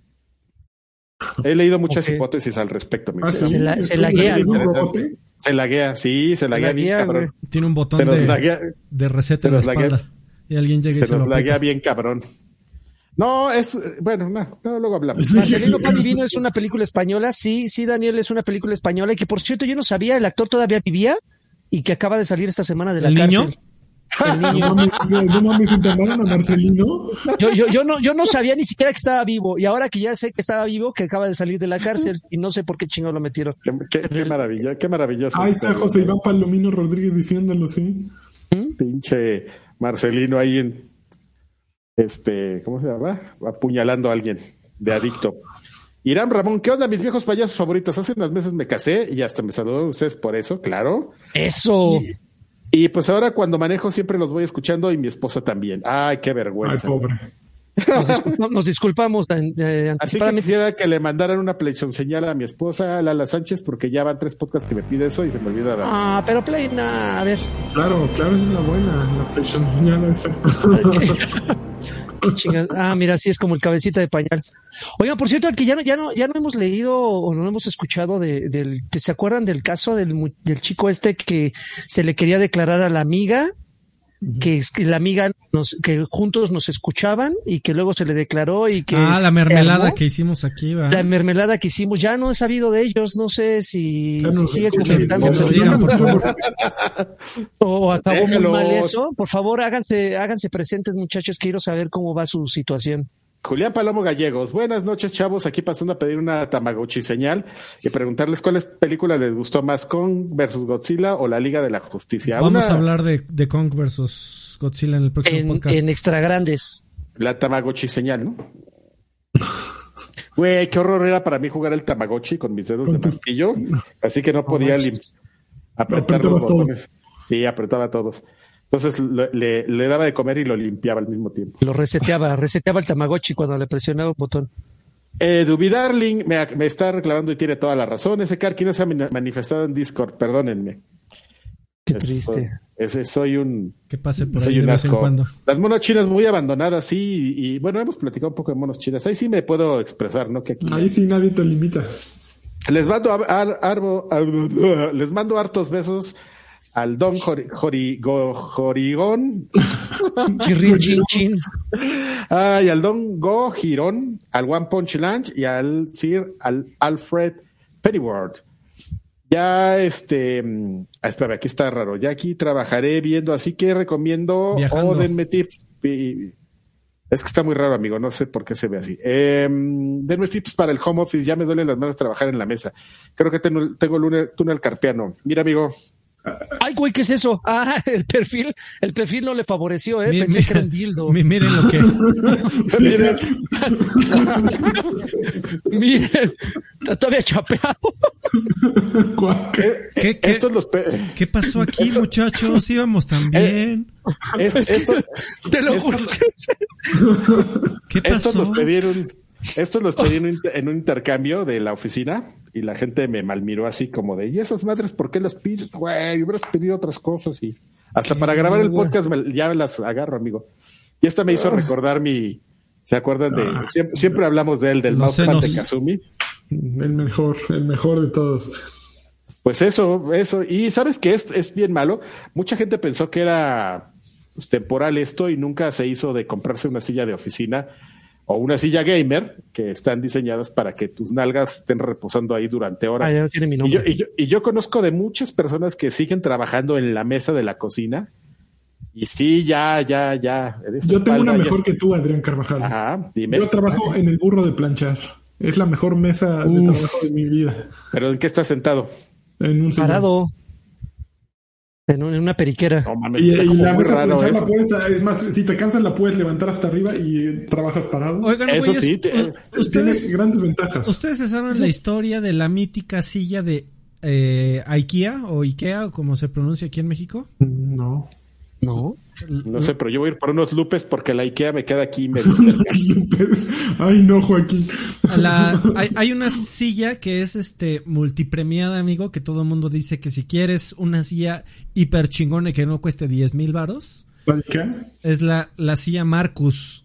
He leído muchas hipótesis al respecto. Se laguea, ¿no? Se laguea bien, cabrón. Tiene un botón de reset en la espalda. Y alguien llega y se lo laguea bien, cabrón. No, luego hablamos. Marcelino Pan y Vino es una película española. Sí, Daniel, es una película española. Y que, por cierto, yo no sabía, el actor todavía vivía y que acaba de salir esta semana de la cárcel. ¿Niño? El niño. No mames, internaron a Marcelino. Yo no sabía ni siquiera que estaba vivo, y ahora que ya sé que estaba vivo, que acaba de salir de la cárcel, y no sé por qué chingado lo metieron. Qué maravilla, qué maravilloso. Ahí está José Iván Palomino Rodríguez diciéndolo, sí. Pinche Marcelino ahí ¿cómo se llama? Apuñalando a alguien de adicto. Irán Ramón, ¿qué onda, mis viejos payasos favoritos? Hace unos meses me casé y hasta me saludó ustedes por eso, claro. Eso. Y pues ahora cuando manejo siempre los voy escuchando y mi esposa también. Ay, qué vergüenza. Ay, pobre. Nos disculpamos Así que anticipadamente. quisiera que le mandaran una PlayStation señal a mi esposa, Lala Sánchez, porque ya van 3 podcasts que me pide eso y se me olvida dar. Ah, pero Play, a ver. Claro, esa es la buena. La PlayStation señala esa. Qué chingada. Ah, mira, sí es como el cabecita de pañal. Oigan, por cierto, el que ya no hemos leído o no hemos escuchado ¿se acuerdan del caso del chico este que se le quería declarar a la amiga? Que la amiga que juntos nos escuchaban y que luego se le declaró y que la mermelada que hicimos aquí, ¿verdad? La mermelada que hicimos, ya no he sabido de ellos, no sé si sigue comentando o acabó muy mal eso. Por favor, háganse presentes, muchachos, quiero saber cómo va su situación. Julián Palomo Gallegos, buenas noches, chavos, aquí pasando a pedir una Tamagotchi señal y preguntarles cuál película les gustó más, Kong versus Godzilla o la Liga de la Justicia. Vamos a hablar de Kong versus Godzilla en el próximo podcast. En Extra Grandes. La Tamagotchi señal, ¿no? Güey, qué horror era para mí jugar el Tamagotchi con mis dedos de martillo, así que no podía apretar los botones. Sí, apretaba todos. Entonces le daba de comer y lo limpiaba al mismo tiempo. Lo reseteaba el Tamagotchi cuando le presionaba un botón. Duby Darling me está reclamando y tiene toda la razón. Ese Karki no se ha manifestado en Discord, perdónenme. Qué triste. Soy un... Que pase por ahí de vez en cuando. Las monos chinas muy abandonadas, sí, y bueno, hemos platicado un poco de monos chinas. Ahí sí me puedo expresar, ¿no? Que aquí ahí sí nadie te limita. Les mando hartos besos al Don Jorigón. Chirrin chin chin. Y al Don Go Girón, al One Punch Lunch y al Sir Alfred Pennyworth. Ya espera, aquí está raro. Ya aquí trabajaré viendo, así que recomiendo Viajando. Denme tips. Es que está muy raro, amigo, no sé por qué se ve así. Denme tips para el home office, ya me duelen las manos trabajar en la mesa. Creo que tengo el túnel carpiano. Mira, amigo. Ay, güey, ¿qué es eso? Ah, el perfil no le favoreció, pensé que era un dildo. Miren lo que... Miren, está todavía chapeado. ¿Qué pasó aquí, muchachos? Íbamos tan bien. Te lo juro. ¿Qué pasó? Estos los pedí en un intercambio de la oficina y la gente me malmiró así como de, ¿y esas madres por qué las pides? Güey, hubieras pedido otras cosas y hasta para grabar el podcast ya las agarro, amigo. Y esta me hizo recordar ¿se acuerdan de? Siempre hablad del mousepad de Kazumi. El mejor de todos. Pues eso. Y ¿sabes qué? Es bien malo. Mucha gente pensó que era temporal esto y nunca se hizo de comprarse una silla de oficina o una silla gamer que están diseñadas para que tus nalgas estén reposando ahí durante horas. Ya tiene mi nombre. Y yo conozco de muchas personas que siguen trabajando en la mesa de la cocina. Y sí, ya. Yo tengo una mejor que tú, Adrián Carvajal. Ajá, dime. Yo trabajo en el burro de planchar. Es la mejor mesa de trabajo de mi vida. ¿Pero en qué estás sentado? En un parado. En una periquera. No, mames, y la mesa de planchar la puedes, es más, si te cansas la puedes levantar hasta arriba y trabajas parado. Oigan, eso güeyes, sí, tiene grandes ventajas. ¿Ustedes se saben la historia de la mítica silla de IKEA o como se pronuncia aquí en México? No. No sé, pero yo voy a ir por unos lupes porque la IKEA me queda aquí medio lupes. Ay, no, Joaquín. Hay una silla que es multipremiada, amigo, que todo el mundo dice que si quieres una silla hiper chingona y que no cueste 10,000 varos. ¿Qué? Es la silla Marcus.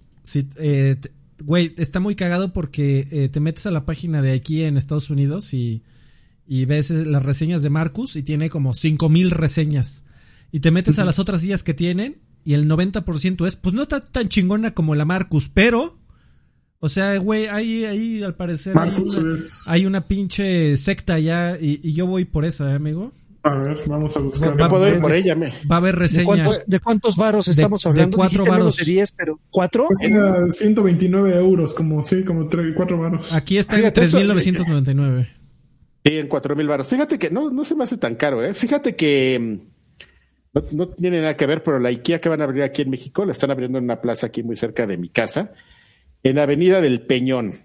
Güey, está muy cagado porque te metes a la página de IKEA en Estados Unidos y ves las reseñas de Marcus y tiene como 5,000 reseñas. Y te metes a las otras sillas que tienen y el 90% es, pues no está tan chingona como la Marcus, pero, o sea, güey, ahí al parecer hay una pinche secta ya y yo voy por esa, amigo. A ver, vamos a buscar. Yo puedo ir por ella, Va a haber reseñas. ¿De cuántos varos estamos hablando? De 4 varos. De 10, pero ¿4? 129 euros, como 4 varos. Aquí está en 3,999. Sí, en 4,000 varos. Fíjate que no se me hace tan caro, ¿eh? Fíjate que no tiene nada que ver, pero la IKEA que van a abrir aquí en México la están abriendo en una plaza aquí muy cerca de mi casa, en Avenida del Peñón.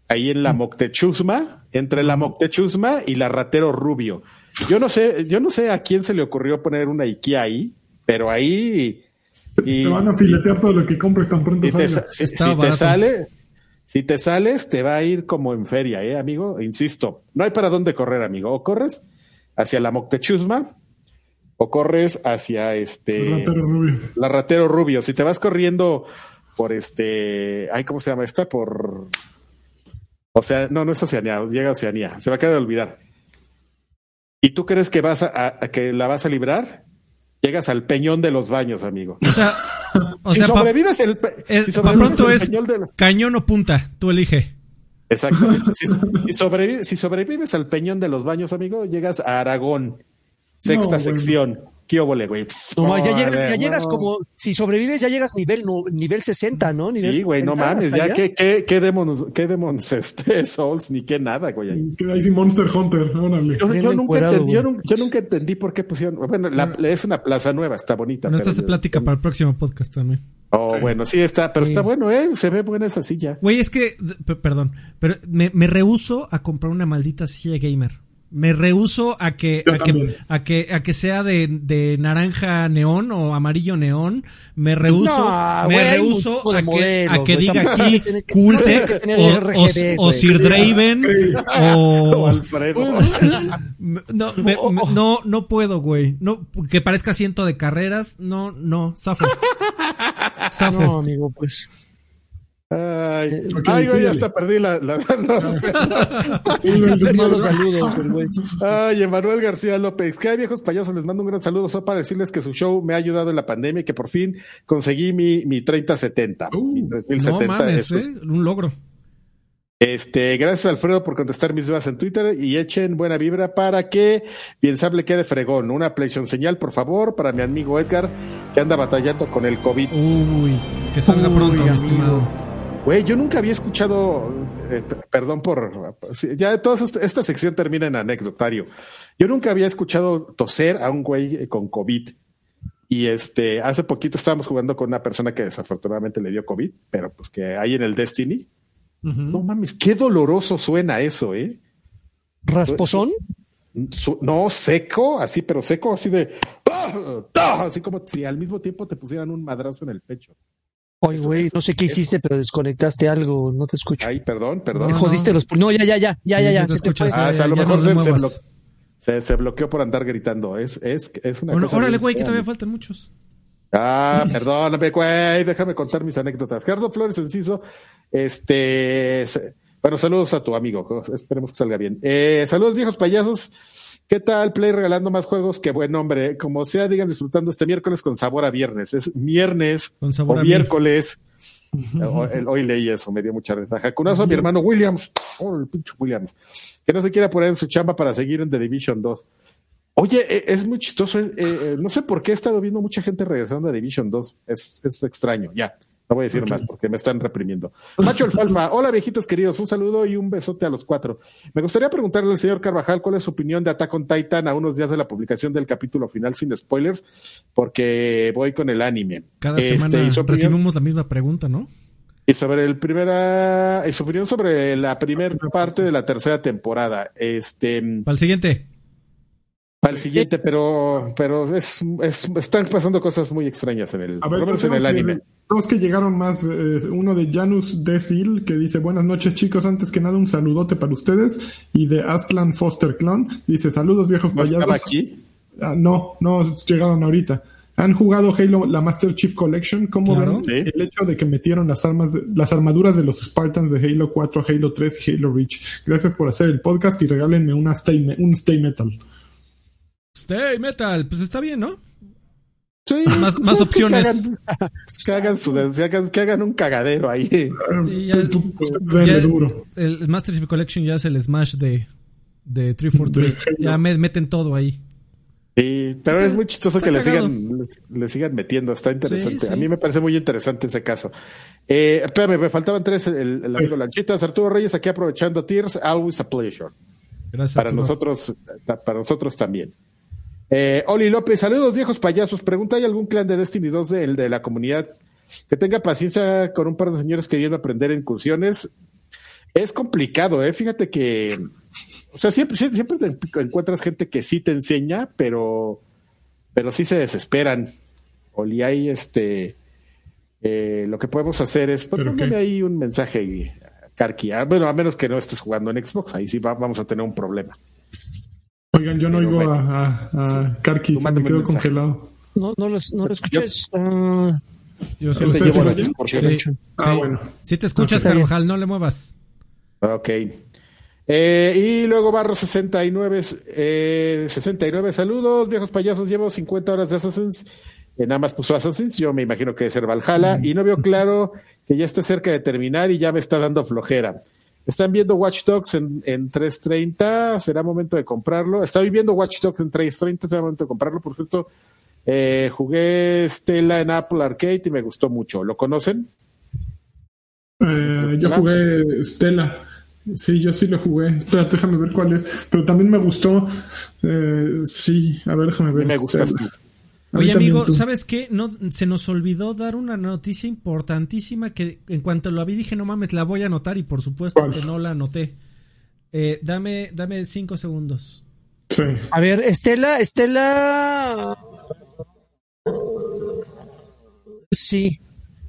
ahí en la Moctezuma, entre la Moctezuma y la Ratero Rubio. Yo no sé a quién se le ocurrió poner una IKEA ahí, pero ahí... te van a filetear todo lo que compres tan pronto salgas. Si te sales, te va a ir como en feria, amigo. Insisto, no hay para dónde correr, amigo. O corres hacia la Moctezuma o corres hacia la Ratero Rubio. Si te vas corriendo por ¿cómo se llama esta? No es Oceanía, llega a Oceanía. Se va a quedar de olvidar. ¿Y tú crees que que la vas a librar? Llegas al Peñón de los Baños, amigo. Si sobrevives pronto es cañón o punta, tú elige. Exactamente. Si sobrevives al Peñón de los Baños, amigo, llegas a Aragón, sexta sección. ¿Qué óvole, güey? No, ya llegas como, si sobrevives, ya llegas nivel 60, ¿no? Sí, güey, no mames, ya qué Demons Souls, ni qué nada, güey. Ahí sí Monster Hunter, órale. Yo nunca entendí por qué pusieron, bueno, es una plaza nueva, está bonita. Bueno, esta se platica para el próximo podcast también. Bueno, sí está, pero está bueno, se ve buena esa silla. Güey, es que, perdón, pero me rehúso a comprar una maldita silla gamer. Me rehúso a que sea de naranja neón o amarillo neón. Me rehúso a que diga aquí Cultec o Sir Draven o Alfredo. No puedo, güey. No, que parezca asiento de carreras. No, zafo. No, amigo, pues. Güey, hasta perdí los saludos, güey. Ay, Emanuel García López. ¿Qué hay, viejos payasos? Les mando un gran saludo solo para decirles que su show me ha ayudado en la pandemia y que por fin conseguí mi 3070. Mi 3070. No mames, un logro. Gracias, Alfredo, por contestar mis dudas en Twitter y echen buena vibra para que Piensable quede fregón. Una PlayStation señal, por favor, para mi amigo Edgar, que anda batallando con el COVID. Uy, que salga pronto, mi estimado. Güey, yo nunca había escuchado, perdón ya toda esta sección termina en anecdotario. Yo nunca había escuchado toser a un güey con COVID. Y hace poquito estábamos jugando con una persona que desafortunadamente le dio COVID, pero pues que hay en el Destiny. Uh-huh. No mames, qué doloroso suena eso, ¿eh? ¿Rasposón? No, seco, así, pero seco, así de... Así como si al mismo tiempo te pusieran un madrazo en el pecho. Oye, güey, no sé qué hiciste, pero desconectaste algo, no te escucho. Ay, perdón. Me jodiste los... No, ya. Se te fue. A lo mejor se bloqueó por andar gritando. Es una cosa... Órale, güey, que todavía faltan muchos. Perdóname, güey, déjame contar mis anécdotas. Gerardo Flores Enciso, bueno, saludos a tu amigo, esperemos que salga bien. Saludos, viejos payasos. ¿Qué tal, Play regalando más juegos? Qué buen nombre. Como sea, digan disfrutando este miércoles con sabor a viernes. Es viernes o miércoles. Hoy leí eso, me dio mucha risa. Jacunazo a mi hermano Williams. El pinche Williams. Que no se quiera poner en su chamba para seguir en The Division 2. Oye, es muy chistoso. No sé por qué he estado viendo mucha gente regresando a Division 2. Es extraño. Ya, no voy a decir más porque me están reprimiendo. Macho Alfalfa. Hola, viejitos queridos. Un saludo y un besote a los 4. Me gustaría preguntarle al señor Carvajal cuál es su opinión de Attack on Titan a unos días de la publicación del capítulo final sin spoilers, porque voy con el anime. Cada semana recibimos la misma pregunta, ¿no? Y sobre su opinión sobre la primera parte de la tercera temporada. Para el siguiente. Al siguiente, pero están pasando cosas muy extrañas en el anime. Dos que llegaron más, uno de Janus Desil, que dice: buenas noches, chicos, antes que nada un saludote para ustedes, y de Aslan Foster Clone, dice: saludos, viejos payasos. ¿No estaba aquí? No llegaron ahorita. ¿Han jugado Halo, la Master Chief Collection? ¿Cómo ven el hecho de que metieron las armaduras de los Spartans de Halo 4, Halo 3 y Halo Reach? Gracias por hacer el podcast y regálenme un Stay Metal. Stay Metal, pues está bien, ¿no? Sí, más opciones. Que hagan un cagadero ahí. Sí, duro. El Master Chief Collection ya es el Smash de 343. Ya meten todo ahí. Sí, pero es muy chistoso que le sigan metiendo. Está interesante. Sí. A mí me parece muy interesante ese caso. Espérame, me faltaban 3. El amigo Lanchitas. Arturo Reyes, aquí aprovechando Tears. Always a pleasure. Gracias. Para nosotros también. Oli López, saludos, viejos payasos. Pregunta: ¿hay algún clan de Destiny 2 de la comunidad que tenga paciencia con un par de señores queriendo aprender incursiones? Es complicado, fíjate que, o sea, siempre te encuentras gente que sí te enseña, pero sí se desesperan. Oli, ahí lo que podemos hacer es ponerle ahí un mensaje, Karki. Bueno, a menos que no estés jugando en Xbox, ahí sí vamos a tener un problema. Oigan, yo no oigo a Karki, se me quedó congelado. No lo escuché. Yo siempre llevo la bueno. Si te escuchas, Carvajal, no le muevas. Ok. Y luego Barro 69, saludos, viejos payasos, llevo 50 horas de Assassin's, nada más puso Assassin's, yo me imagino que debe ser Valhalla, y no veo claro que ya esté cerca de terminar y ya me está dando flojera. Están viendo Watch Dogs en 3.30, será momento de comprarlo. Estoy viendo Watch Dogs en 3.30, será momento de comprarlo, por cierto. Jugué Stella en Apple Arcade y me gustó mucho. ¿Lo conocen? Yo jugué Stella. Sí, yo sí lo jugué. Espera, déjame ver cuál es. Pero también me gustó. Sí, a ver, déjame ver. Me gusta. Oye, amigo, ¿sabes qué? No, se nos olvidó dar una noticia importantísima que en cuanto lo vi dije, no mames, la voy a anotar y por supuesto que no la anoté. Dame 5 segundos. Sí. A ver, Stella. Sí.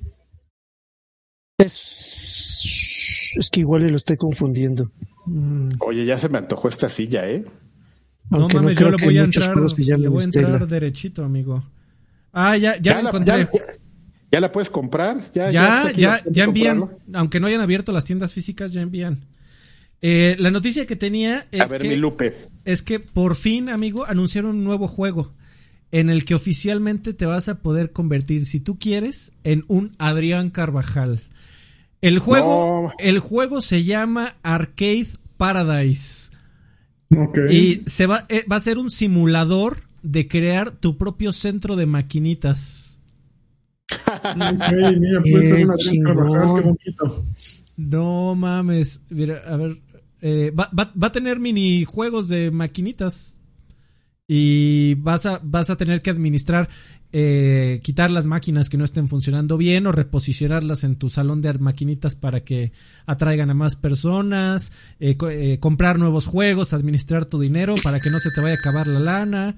Es que igual lo estoy confundiendo. Oye, ya se me antojó esta silla, No mames, yo le voy a entrar derechito, amigo. Ya la encontré. ¿Ya la puedes comprar? Ya envían, aunque no hayan abierto las tiendas físicas, ya envían. La noticia que tenía es que por fin, amigo, anunciaron un nuevo juego en el que oficialmente te vas a poder convertir, si tú quieres, en un Adrián Carvajal. El juego se llama Arcade Paradise. Okay. Y va a ser un simulador de crear tu propio centro de maquinitas. Mira, puede ser una Adrián Carvajal, qué bonito. No mames, mira, a ver, va a tener minijuegos de maquinitas. Y vas a tener que administrar, quitar las máquinas que no estén funcionando bien o reposicionarlas en tu salón de maquinitas para que atraigan a más personas, comprar nuevos juegos, administrar tu dinero para que no se te vaya a acabar la lana.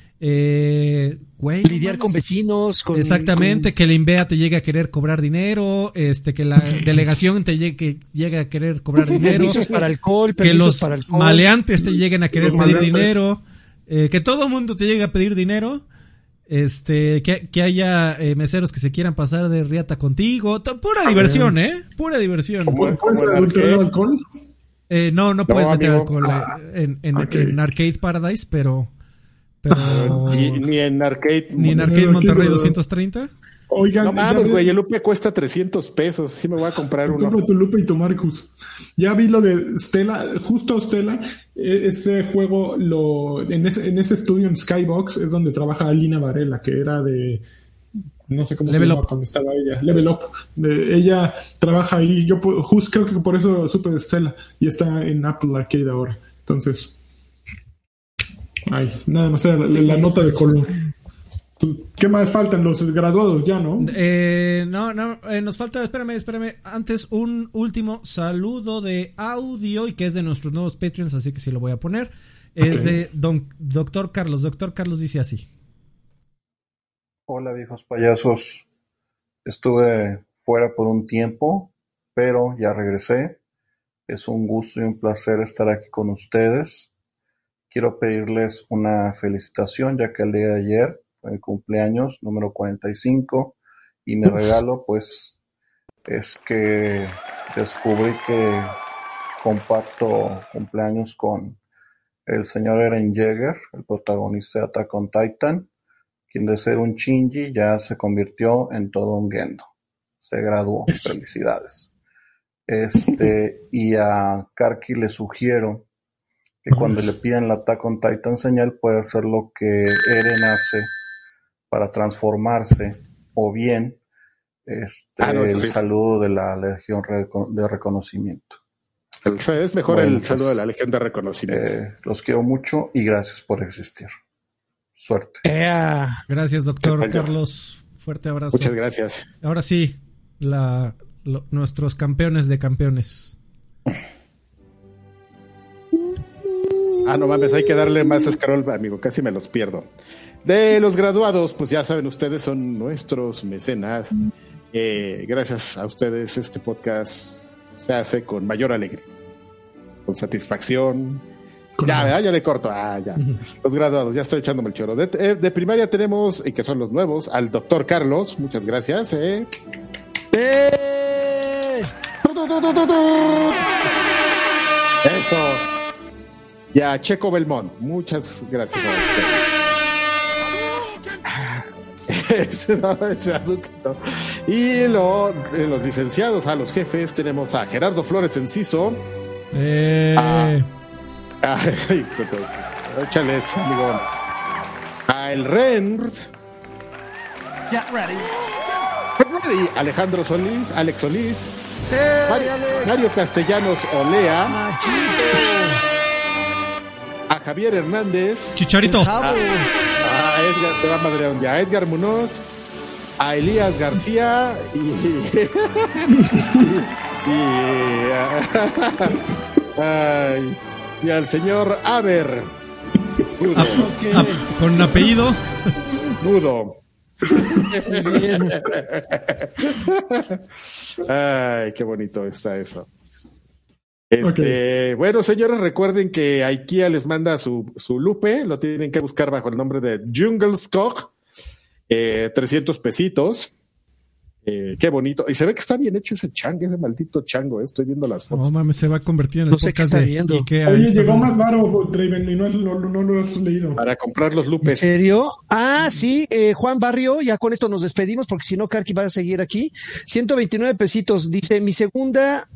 Lidiar con vecinos. Exactamente, que el INVEA te llegue a querer cobrar dinero, que la delegación te llegue a querer cobrar dinero. Permisos para alcohol, que los maleantes te lleguen a querer pedir dinero. Que todo el mundo te llegue a pedir dinero, que haya meseros que se quieran pasar de riata contigo, pura diversión, pura diversión. ¿Puedes adulterar alcohol? No puedes meter alcohol en Arcade Paradise, pero ni en Arcade Monterrey 230. Oigan, no mames, güey, el Lupe cuesta $300. Sí me voy a comprar uno. Compra tu Lupe y tu Marcus. Ya vi lo de Stella, justo Stella, ese juego en ese estudio en Skybox es donde trabaja Alina Varela, que era de no sé cómo Level se llama Up. cuando estaba ella, Level Up. Ella trabaja ahí, yo creo que por eso supe de Stella y está en Apple Arcade ahora. Entonces, nada más era la nota de color. ¿Qué más faltan? Los graduados ya, ¿no? Nos falta, espérame. Antes, un último saludo de audio y que es de nuestros nuevos Patreons, así que sí lo voy a poner. Es de Doctor Carlos. Doctor Carlos dice así. Hola, viejos payasos. Estuve fuera por un tiempo, pero ya regresé. Es un gusto y un placer estar aquí con ustedes. Quiero pedirles una felicitación, ya que el día de ayer el cumpleaños número 45 y mi regalo pues es que descubrí que comparto cumpleaños con el señor Eren Yeager, el protagonista de Attack on Titan, quien de ser un Shinji ya se convirtió en todo un Gendo, se graduó, felicidades. Y a Karki le sugiero que cuando le pidan la Attack on Titan señal puede hacer lo que Eren hace para transformarse, o bien el saludo de la Legión de Reconocimiento. Es mejor el saludo de la Legión de Reconocimiento. Los quiero mucho y gracias por existir. Suerte. Gracias, doctor Carlos. Fuerte abrazo. Muchas gracias. Ahora sí, nuestros campeones de campeones. No mames, hay que darle más scroll, amigo, casi me los pierdo. De los graduados, pues ya saben ustedes, son nuestros mecenas. Gracias a ustedes este podcast se hace con mayor alegría, con satisfacción. Ya le corto. Ya. Los graduados, ya estoy echándome el choro. De primaria tenemos, y que son los nuevos, al doctor Carlos, muchas gracias. Eso. Y a Checo Belmont, muchas gracias a usted. Y los licenciados, a los jefes, tenemos a Gerardo Flores Enciso. Échales, amigo. A el Renz. Get ready. Alejandro Solís, Alex Solís. Mario Castellanos Olea. Machito. A Javier Hernández. Chicharito. A Edgar, te va a madrear ya. A Edgar Munoz. A Elías García. Y al señor Aber. Con apellido. Nudo. Ay, qué bonito está eso. Bueno, señores, recuerden que IKEA les manda su lupe, lo tienen que buscar bajo el nombre de Jungle Skog, 300 pesitos. Qué bonito. Y se ve que está bien hecho ese maldito chango. Estoy viendo las fotos. No mames, se va a convertir en el podcast de IKEA. Oye, llegó más baro, Draven, y no lo has leído. Para comprar los lupes. ¿En serio? Sí, Juan Barrio, ya con esto nos despedimos, porque si no, Karki va a seguir aquí. 129 pesitos. Dice, mi segunda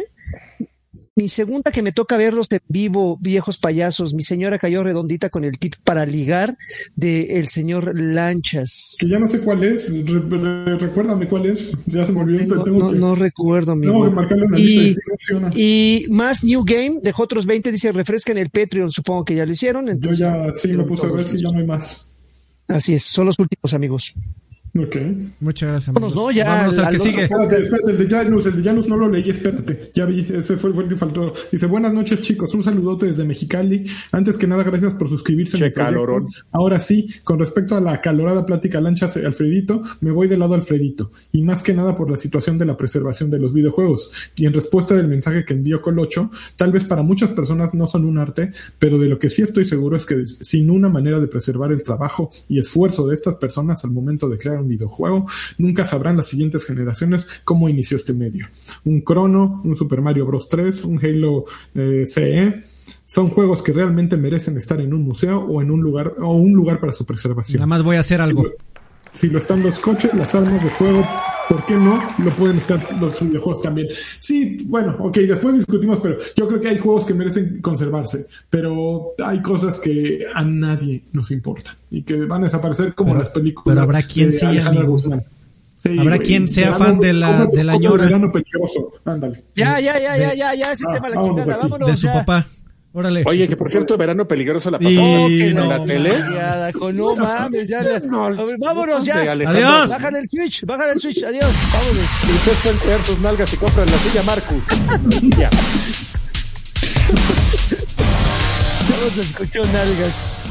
que me toca verlos en vivo, viejos payasos. Mi señora cayó redondita con el tip para ligar de el señor Lanchas. Que ya no sé cuál es. Recuérdame cuál es. Ya se me olvidó. No recuerdo, amigo. Tengo que marcarlo en la lista. Y más New Game, dejó otros 20, dice refrescan el Patreon. Supongo que ya lo hicieron. Entonces, yo ya sí me puse a ver si ya no hay más. Así es, son los últimos, amigos. Ok. Muchas gracias, amigos. Vámonos, ya. Vámonos al que sigue. Espérate, el de Janus no lo leí, espérate. Ya vi, ese fue el que faltó. Dice, buenas noches, chicos. Un saludote desde Mexicali. Antes que nada, gracias por suscribirse. Che, calorón. Ahora sí, con respecto a la acalorada plática Lanchas Alfredito, me voy del lado Alfredito. Y más que nada por la situación de la preservación de los videojuegos. Y en respuesta del mensaje que envió Colocho, tal vez para muchas personas no son un arte, pero de lo que sí estoy seguro es que sin una manera de preservar el trabajo y esfuerzo de estas personas al momento de crear un videojuego, nunca sabrán las siguientes generaciones cómo inició este medio. Un Chrono, un Super Mario Bros. 3, un Halo CE, son juegos que realmente merecen estar en un museo o en un lugar para su preservación. Nada más voy a hacer algo. Si lo están los coches, las armas de fuego, ¿por qué no lo pueden estar los videojuegos también? Sí, bueno, ok, después discutimos, pero yo creo que hay juegos que merecen conservarse, pero hay cosas que a nadie nos importa y que van a desaparecer como las películas. Pero habrá quien sí, amigo. Sí, habrá quien sea fan de la ñora. Verano peligroso, ándale. Ya, ese tema la chingada, vámonos. De su papá. Órale. Oye, que por cierto, Verano Peligroso la pasamos en la tele. No mames, ya. Vámonos ya. Adiós. Bájale el switch, adiós. Vámonos. Y ustedes pueden crear tus nalgas y compran la silla Marcus. Ya. Todos escuchó nalgas.